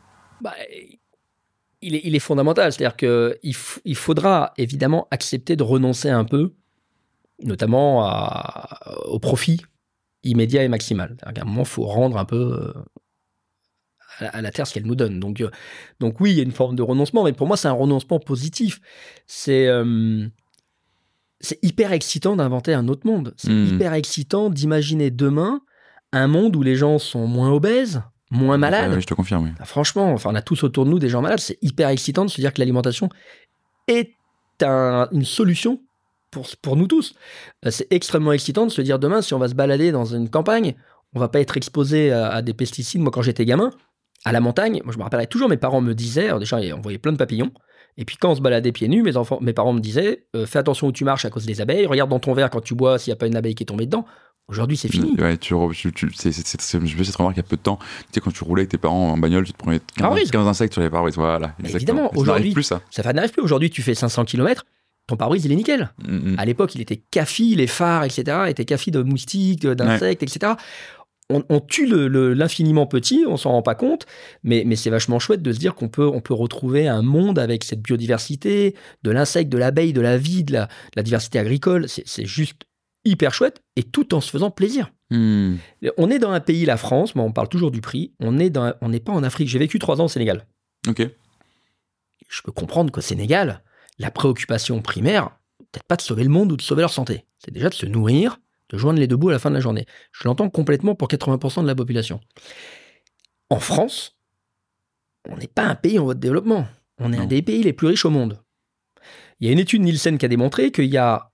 Il est fondamental, c'est-à-dire qu'il faudra évidemment accepter de renoncer un peu, notamment au profit immédiat et maximal. À un moment, il faut rendre un peu à la Terre ce qu'elle nous donne. Donc oui, il y a une forme de renoncement, mais pour moi, c'est un renoncement positif. C'est hyper excitant d'inventer un autre monde. C'est hyper excitant d'imaginer demain un monde où les gens sont moins obèses, moins malades. Oui, je te confirme. Oui. Franchement, on a tous autour de nous des gens malades. C'est hyper excitant de se dire que l'alimentation est une solution pour nous tous. C'est extrêmement excitant de se dire demain, si on va se balader dans une campagne, on va pas être exposé à des pesticides. Moi, quand j'étais gamin, à la montagne, moi, je me rappellerai toujours, mes parents me disaient, alors déjà, on voyait plein de papillons. Et puis quand on se baladait pieds nus, mes parents me disaient, fais attention où tu marches à cause des abeilles, regarde dans ton verre quand tu bois s'il n'y a pas une abeille qui est tombée dedans. Aujourd'hui, c'est fini. Ouais, je fais cette remarque il y a peu de temps. Tu sais, quand tu roulais avec tes parents en bagnole, tu te prenais 15 insectes sur les pare-brise. Voilà, évidemment, aujourd'hui, ça n'arrive plus. Aujourd'hui, tu fais 500 km, ton pare-brise, il est nickel. À l'époque, il était café, les phares, etc., étaient café de moustiques, d'insectes, etc. On tue l'infiniment petit, on s'en rend pas compte, mais c'est vachement chouette de se dire qu'on peut retrouver un monde avec cette biodiversité, de l'insecte, de l'abeille, de la vie, de la diversité agricole. C'est juste hyper chouette, et tout en se faisant plaisir. On est dans un pays, la France, on parle toujours du prix, on n'est pas en Afrique. J'ai vécu 3 ans au Sénégal. Ok. Je peux comprendre qu'au Sénégal, la préoccupation primaire, peut-être pas de sauver le monde ou de sauver leur santé, c'est déjà de se nourrir, de joindre les deux bouts à la fin de la journée. Je l'entends complètement pour 80% de la population. En France, on n'est pas un pays en voie de développement. On est un des pays les plus riches au monde. Il y a une étude Nielsen qui a démontré qu'il y a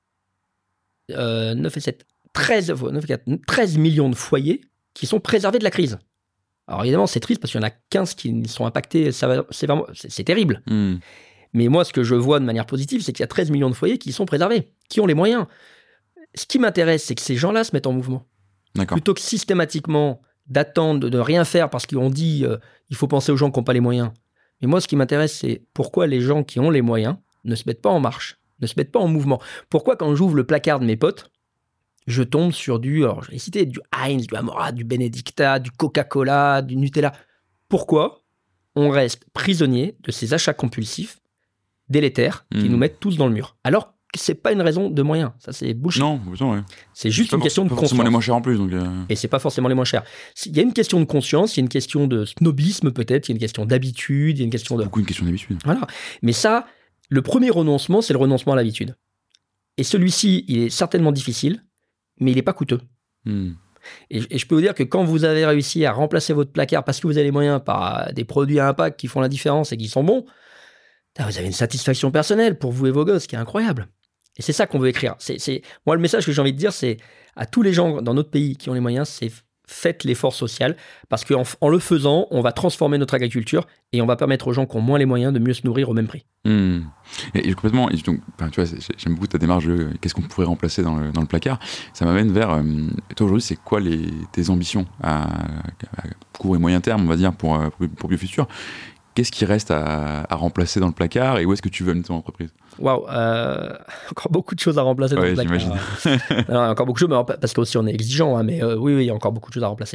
13 millions de foyers qui sont préservés de la crise. Alors évidemment, c'est triste parce qu'il y en a 15 qui sont impactés. C'est terrible. Mais moi, ce que je vois de manière positive, c'est qu'il y a 13 millions de foyers qui sont préservés, qui ont les moyens. Ce qui m'intéresse, c'est que ces gens-là se mettent en mouvement. D'accord. Plutôt que systématiquement d'attendre, de rien faire parce qu'on dit il faut penser aux gens qui n'ont pas les moyens. Mais moi, ce qui m'intéresse, c'est pourquoi les gens qui ont les moyens ne se mettent pas en marche, ne se mettent pas en mouvement. Pourquoi, quand j'ouvre le placard de mes potes, je tombe sur du Heinz, du Amora, du Benedicta, du Coca-Cola, du Nutella. Pourquoi on reste prisonnier de ces achats compulsifs délétères qui nous mettent tous dans le mur? Alors que c'est pas une raison de moyens, ça c'est bullshit. Non, ouais. C'est juste une question de conscience. C'est forcément les moins chers en plus. Et c'est pas forcément les moins chers. Il y a une question de conscience, il y a une question de snobisme peut-être, il y a une question d'habitude, il y a une question de... Beaucoup une question d'habitude. Voilà. Mais ça, Le premier renoncement, c'est le renoncement à l'habitude. Et celui-ci, il est certainement difficile, mais il n'est pas coûteux. Et je peux vous dire que quand vous avez réussi à remplacer votre placard parce que vous avez les moyens par des produits à impact qui font la différence et qui sont bons, vous avez une satisfaction personnelle pour vous et vos gosses qui est incroyable. Et c'est ça qu'on veut écrire. Moi, le message que j'ai envie de dire, c'est à tous les gens dans notre pays qui ont les moyens, c'est faites l'effort social, parce qu'en le faisant, on va transformer notre agriculture et on va permettre aux gens qui ont moins les moyens de mieux se nourrir au même prix. Et complètement, et donc, tu vois, j'aime beaucoup ta démarche de qu'est-ce qu'on pourrait remplacer dans le placard. Ça m'amène vers, toi aujourd'hui, c'est quoi tes ambitions à court et moyen terme, on va dire, pour BioFutur? Qu'est-ce qui reste à remplacer dans le placard et où est-ce que tu veux amener ton entreprise? Waouh, encore beaucoup de choses à remplacer dans le placard. J'imagine. Alors, encore beaucoup de choses, parce qu'aussi on est exigeant, hein, mais oui, il y a encore beaucoup de choses à remplacer.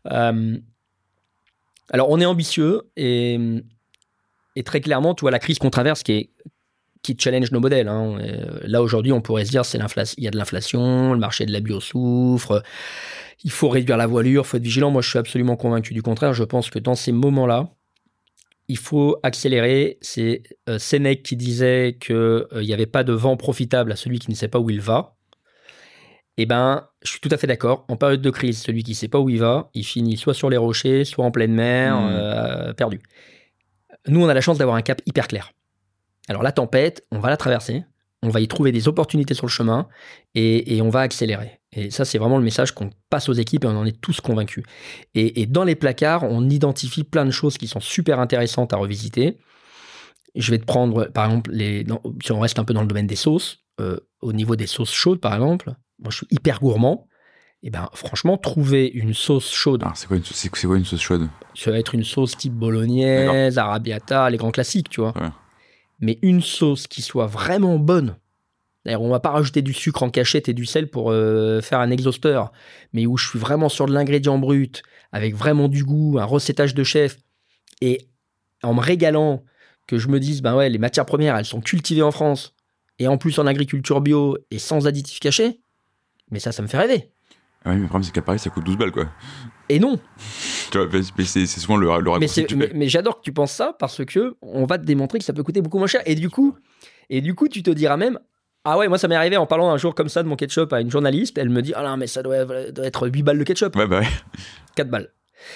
Alors, on est ambitieux et très clairement, tu vois, la crise qu'on traverse qui challenge nos modèles. Hein. Là, aujourd'hui, on pourrait se dire il y a de l'inflation, le marché de la bio souffre, il faut réduire la voilure, il faut être vigilant. Moi, je suis absolument convaincu du contraire. Je pense que dans ces moments-là, il faut accélérer. C'est Sénèque qui disait qu'il n'y avait pas de vent profitable à celui qui ne sait pas où il va. Eh bien, je suis tout à fait d'accord. En période de crise, celui qui ne sait pas où il va, il finit soit sur les rochers, soit en pleine mer, perdu. Nous, on a la chance d'avoir un cap hyper clair. Alors, la tempête, on va la traverser. On va y trouver des opportunités sur le chemin et on va accélérer. Et ça, c'est vraiment le message qu'on passe aux équipes et on en est tous convaincus. Et dans les placards, on identifie plein de choses qui sont super intéressantes à revisiter. Je vais te prendre, par exemple, si on reste un peu dans le domaine des sauces, au niveau des sauces chaudes, par exemple, moi, je suis hyper gourmand. Et ben, franchement, trouver une sauce chaude. Alors, c'est quoi une sauce chaude? Ça va être une sauce type bolognaise, arrabbiata, les grands classiques, tu vois. Ouais. Mais une sauce qui soit vraiment bonne. D'ailleurs, on ne va pas rajouter du sucre en cachette et du sel pour faire un exhausteur, mais où je suis vraiment sur de l'ingrédient brut, avec vraiment du goût, un recettage de chef, et en me régalant, que je me dise, ben ouais, les matières premières, elles sont cultivées en France, et en plus en agriculture bio, et sans additifs cachés, mais ça me fait rêver. Ah oui, mais le problème, c'est qu'à Paris, ça coûte 12 balles, quoi. Et non. Tu vois, mais c'est souvent le raccourci que tu fais. Mais j'adore que tu penses ça, parce que on va te démontrer que ça peut coûter beaucoup moins cher. Et du coup, tu te diras même, ah ouais, moi, ça m'est arrivé en parlant un jour comme ça de mon ketchup à une journaliste. Elle me dit, ah non, mais ça doit être 8 balles de ketchup. Ouais, bah ouais. 4 balles.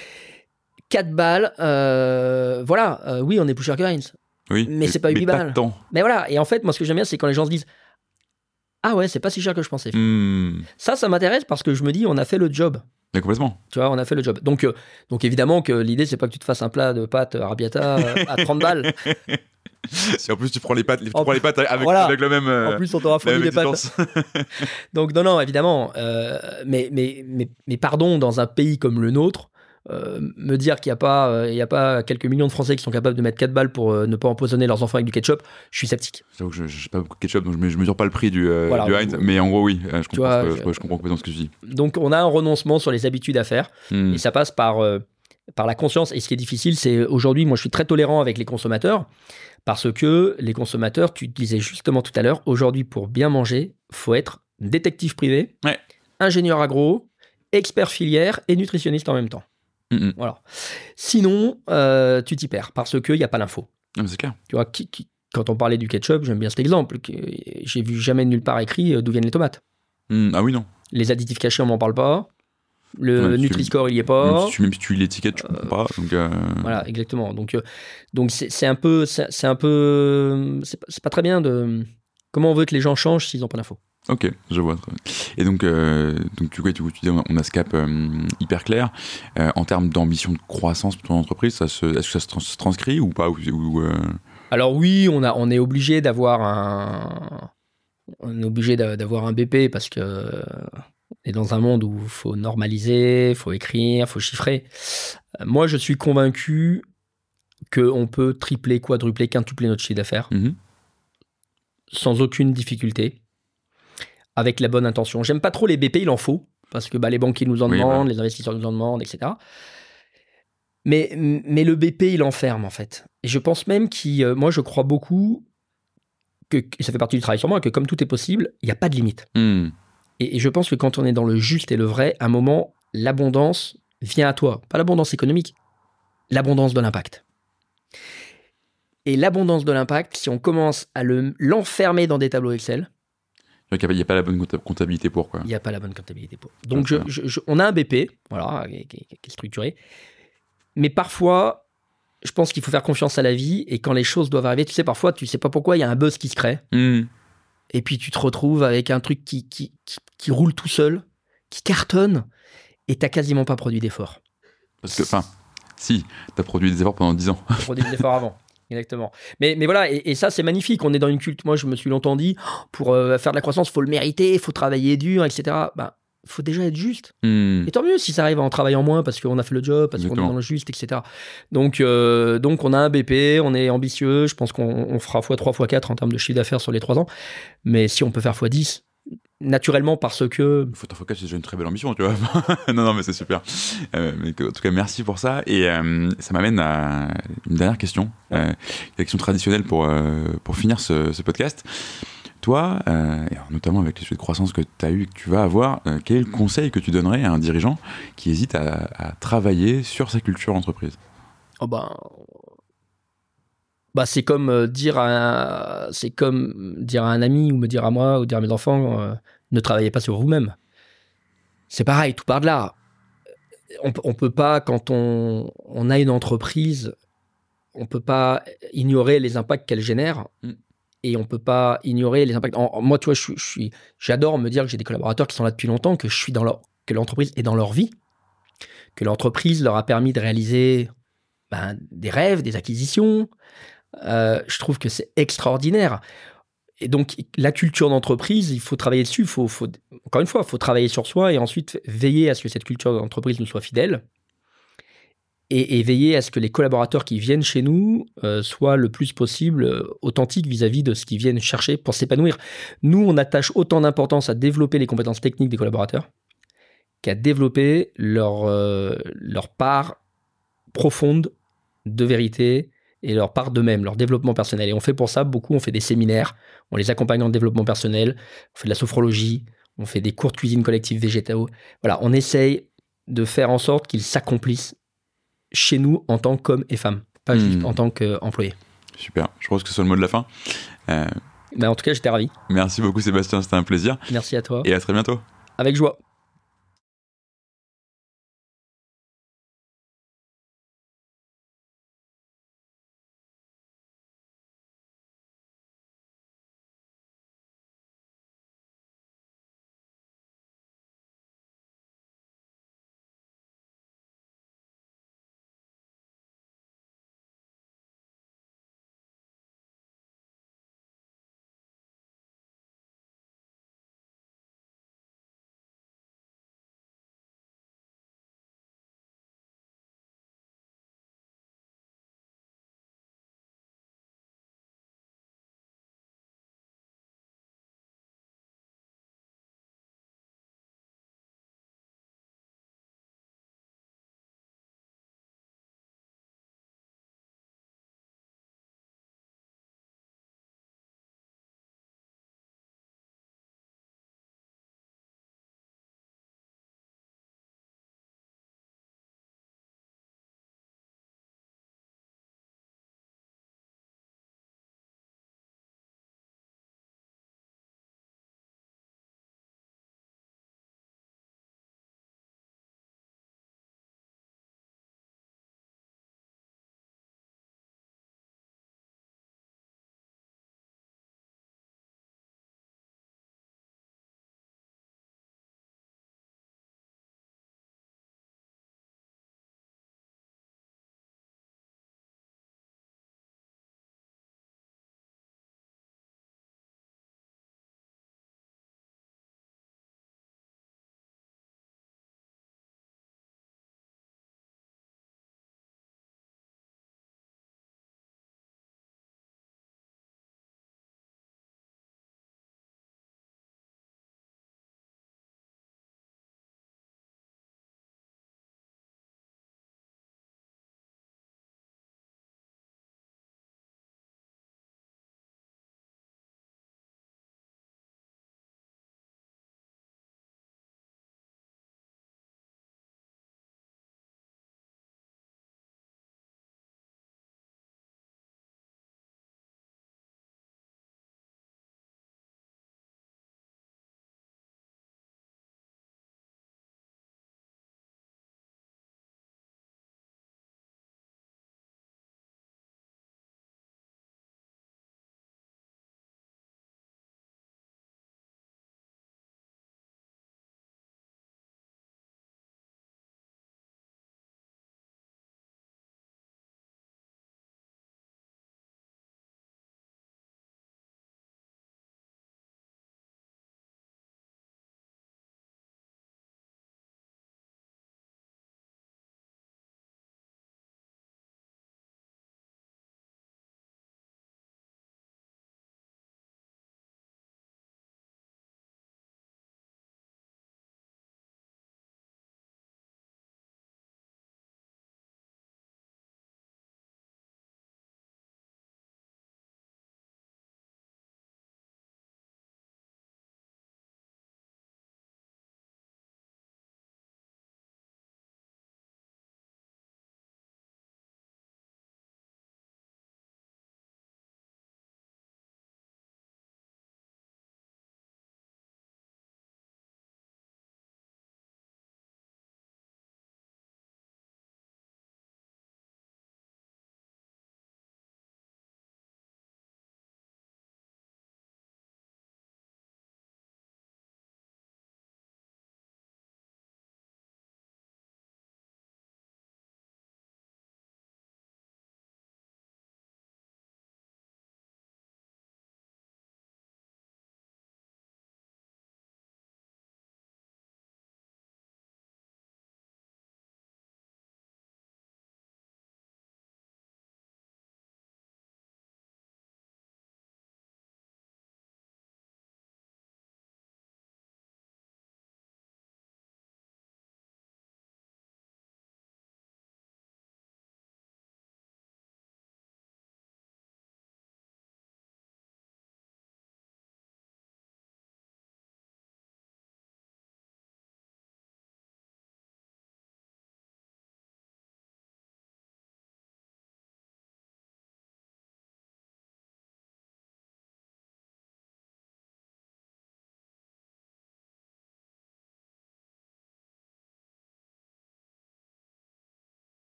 4 balles, voilà, oui, on est plus cher que Heinz. Oui, mais c'est pas 8 balles. Pas mais voilà, et en fait, moi, ce que j'aime bien, c'est quand les gens se disent, ah ouais, c'est pas si cher que je pensais. Ça m'intéresse parce que je me dis, on a fait le job. Mais complètement. Tu vois, on a fait le job. Donc évidemment que l'idée, c'est pas que tu te fasses un plat de pâtes arrabbiata à 30 balles. Si en plus tu prends les pâtes avec le même. En plus, on t'aura fourni des pâtes. Donc non, évidemment. Mais pardon, dans un pays comme le nôtre, me dire qu'il n'y a pas quelques millions de Français qui sont capables de mettre 4 balles pour ne pas empoisonner leurs enfants avec du ketchup, je suis sceptique. J'avoue que je n'ai pas beaucoup de ketchup, donc je mesure pas le prix du Heinz, mais en gros, oui, je comprends complètement ce que tu dis. Donc, on a un renoncement sur les habitudes à faire, et ça passe par la conscience. Et ce qui est difficile, c'est aujourd'hui, moi, je suis très tolérant avec les consommateurs, parce que les consommateurs, tu disais justement tout à l'heure, aujourd'hui, pour bien manger, il faut être détective privé, ingénieur agro, expert filière et nutritionniste en même temps. Voilà. Sinon, tu t'y perds parce qu'il n'y a pas l'info. C'est clair. Tu vois, quand on parlait du ketchup, j'aime bien cet exemple. J'ai vu jamais nulle part écrit d'où viennent les tomates. Ah oui, non. Les additifs cachés, on m'en parle pas. Le Nutri-Score, il y est pas. Même si tu lis l'étiquette, tu comprends pas. Donc Voilà, exactement. Donc c'est un peu, c'est pas très bien de. Comment on veut que les gens changent s'ils n'ont pas d'info? Ok, je vois. Et donc tu dis, on a ce cap hyper clair. En termes d'ambition de croissance pour ton entreprise, est-ce que ça se transcrit ou pas Alors oui, on est obligé d'avoir un BP parce que on est dans un monde où il faut normaliser, il faut écrire, il faut chiffrer. Moi, je suis convaincu qu'on peut tripler, quadrupler, quintupler notre chiffre d'affaires sans aucune difficulté. Avec la bonne intention. J'aime pas trop les BP, il en faut, parce que les banquiers nous en demandent, les investisseurs nous en demandent, etc. Mais le BP, il enferme, en fait. Et je pense même moi, je crois beaucoup que ça fait partie du travail sur moi, que comme tout est possible, il n'y a pas de limite. Et je pense que quand on est dans le juste et le vrai, à un moment, l'abondance vient à toi. Pas l'abondance économique, l'abondance de l'impact. Et l'abondance de l'impact, si on commence à l'enfermer dans des tableaux Excel, il n'y a pas la bonne comptabilité pour, quoi. il n'y a pas la bonne comptabilité pour. Donc, on a un BP, voilà, qui est structuré. Mais parfois, je pense qu'il faut faire confiance à la vie. Et quand les choses doivent arriver, tu sais, parfois, tu ne sais pas pourquoi, il y a un buzz qui se crée. Et puis, tu te retrouves avec un truc qui roule tout seul, qui cartonne, et tu n'as quasiment pas produit d'efforts. Parce que, si, tu as produit des efforts pendant 10 ans. Tu as produit des efforts avant. Exactement. Mais voilà, et ça, c'est magnifique. On est dans une culte. Moi, je me suis longtemps dit, pour faire de la croissance, il faut le mériter, il faut travailler dur, etc. Il faut déjà être juste. Et tant mieux si ça arrive en travaillant moins parce qu'on a fait le job, parce qu'on est dans le juste, etc. Donc, on a un BP, on est ambitieux. Je pense qu'on fera x3, x4 en termes de chiffre d'affaires sur les 3 ans. Mais si on peut faire x10, naturellement, parce que... Faut x4, c'est déjà une très belle ambition, tu vois. non, mais c'est super. Mais en tout cas, merci pour ça. Et ça m'amène à une dernière question. Une question traditionnelle pour finir ce podcast. Toi, notamment avec les sujets de croissance que tu as eu et que tu vas avoir, quel conseil que tu donnerais à un dirigeant qui hésite à travailler sur sa culture d'entreprise ? C'est comme dire à un ami ou me dire à moi ou dire à mes enfants ne travaillez pas sur vous-même. C'est pareil, tout part de là. On peut pas, quand on a une entreprise, on peut pas ignorer les impacts qu'elle génère. Et on peut pas ignorer les impacts. Moi, tu vois, j'adore me dire que j'ai des collaborateurs qui sont là depuis longtemps, que que l'entreprise est dans leur vie, que l'entreprise leur a permis de réaliser des rêves, des acquisitions. Je trouve que c'est extraordinaire. Et donc, la culture d'entreprise, il faut travailler dessus. Encore une fois, il faut travailler sur soi et ensuite veiller à ce que cette culture d'entreprise nous soit fidèle. Et veiller à ce que les collaborateurs qui viennent chez nous soient le plus possible authentiques vis-à-vis de ce qu'ils viennent chercher pour s'épanouir. Nous, on attache autant d'importance à développer les compétences techniques des collaborateurs qu'à développer leur part profonde de vérité et leur part d'eux-mêmes, leur développement personnel. Et on fait pour ça beaucoup, on fait des séminaires, on les accompagne en développement personnel, on fait de la sophrologie, on fait des cours de cuisine collective végétaux. Voilà, on essaye de faire en sorte qu'ils s'accomplissent chez nous en tant qu'hommes et femmes, pas juste en tant qu'employés. Super, je pense que c'est le mot de la fin. En tout cas, j'étais ravi. Merci beaucoup Sébastien, c'était un plaisir. Merci à toi. Et à très bientôt. Avec joie.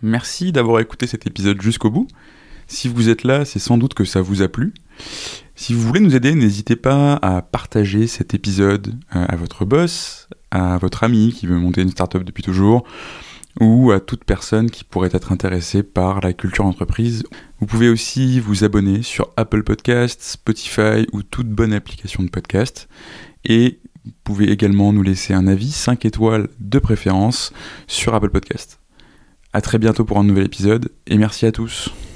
Merci d'avoir écouté cet épisode jusqu'au bout. Si vous êtes là, c'est sans doute que ça vous a plu. Si vous voulez nous aider, n'hésitez pas à partager cet épisode à votre boss, à votre ami qui veut monter une startup depuis toujours, ou à toute personne qui pourrait être intéressée par la culture d'entreprise. Vous pouvez aussi vous abonner sur Apple Podcasts, Spotify ou toute bonne application de podcast. Et vous pouvez également nous laisser un avis 5 étoiles de préférence sur Apple Podcasts. À très bientôt pour un nouvel épisode et merci à tous.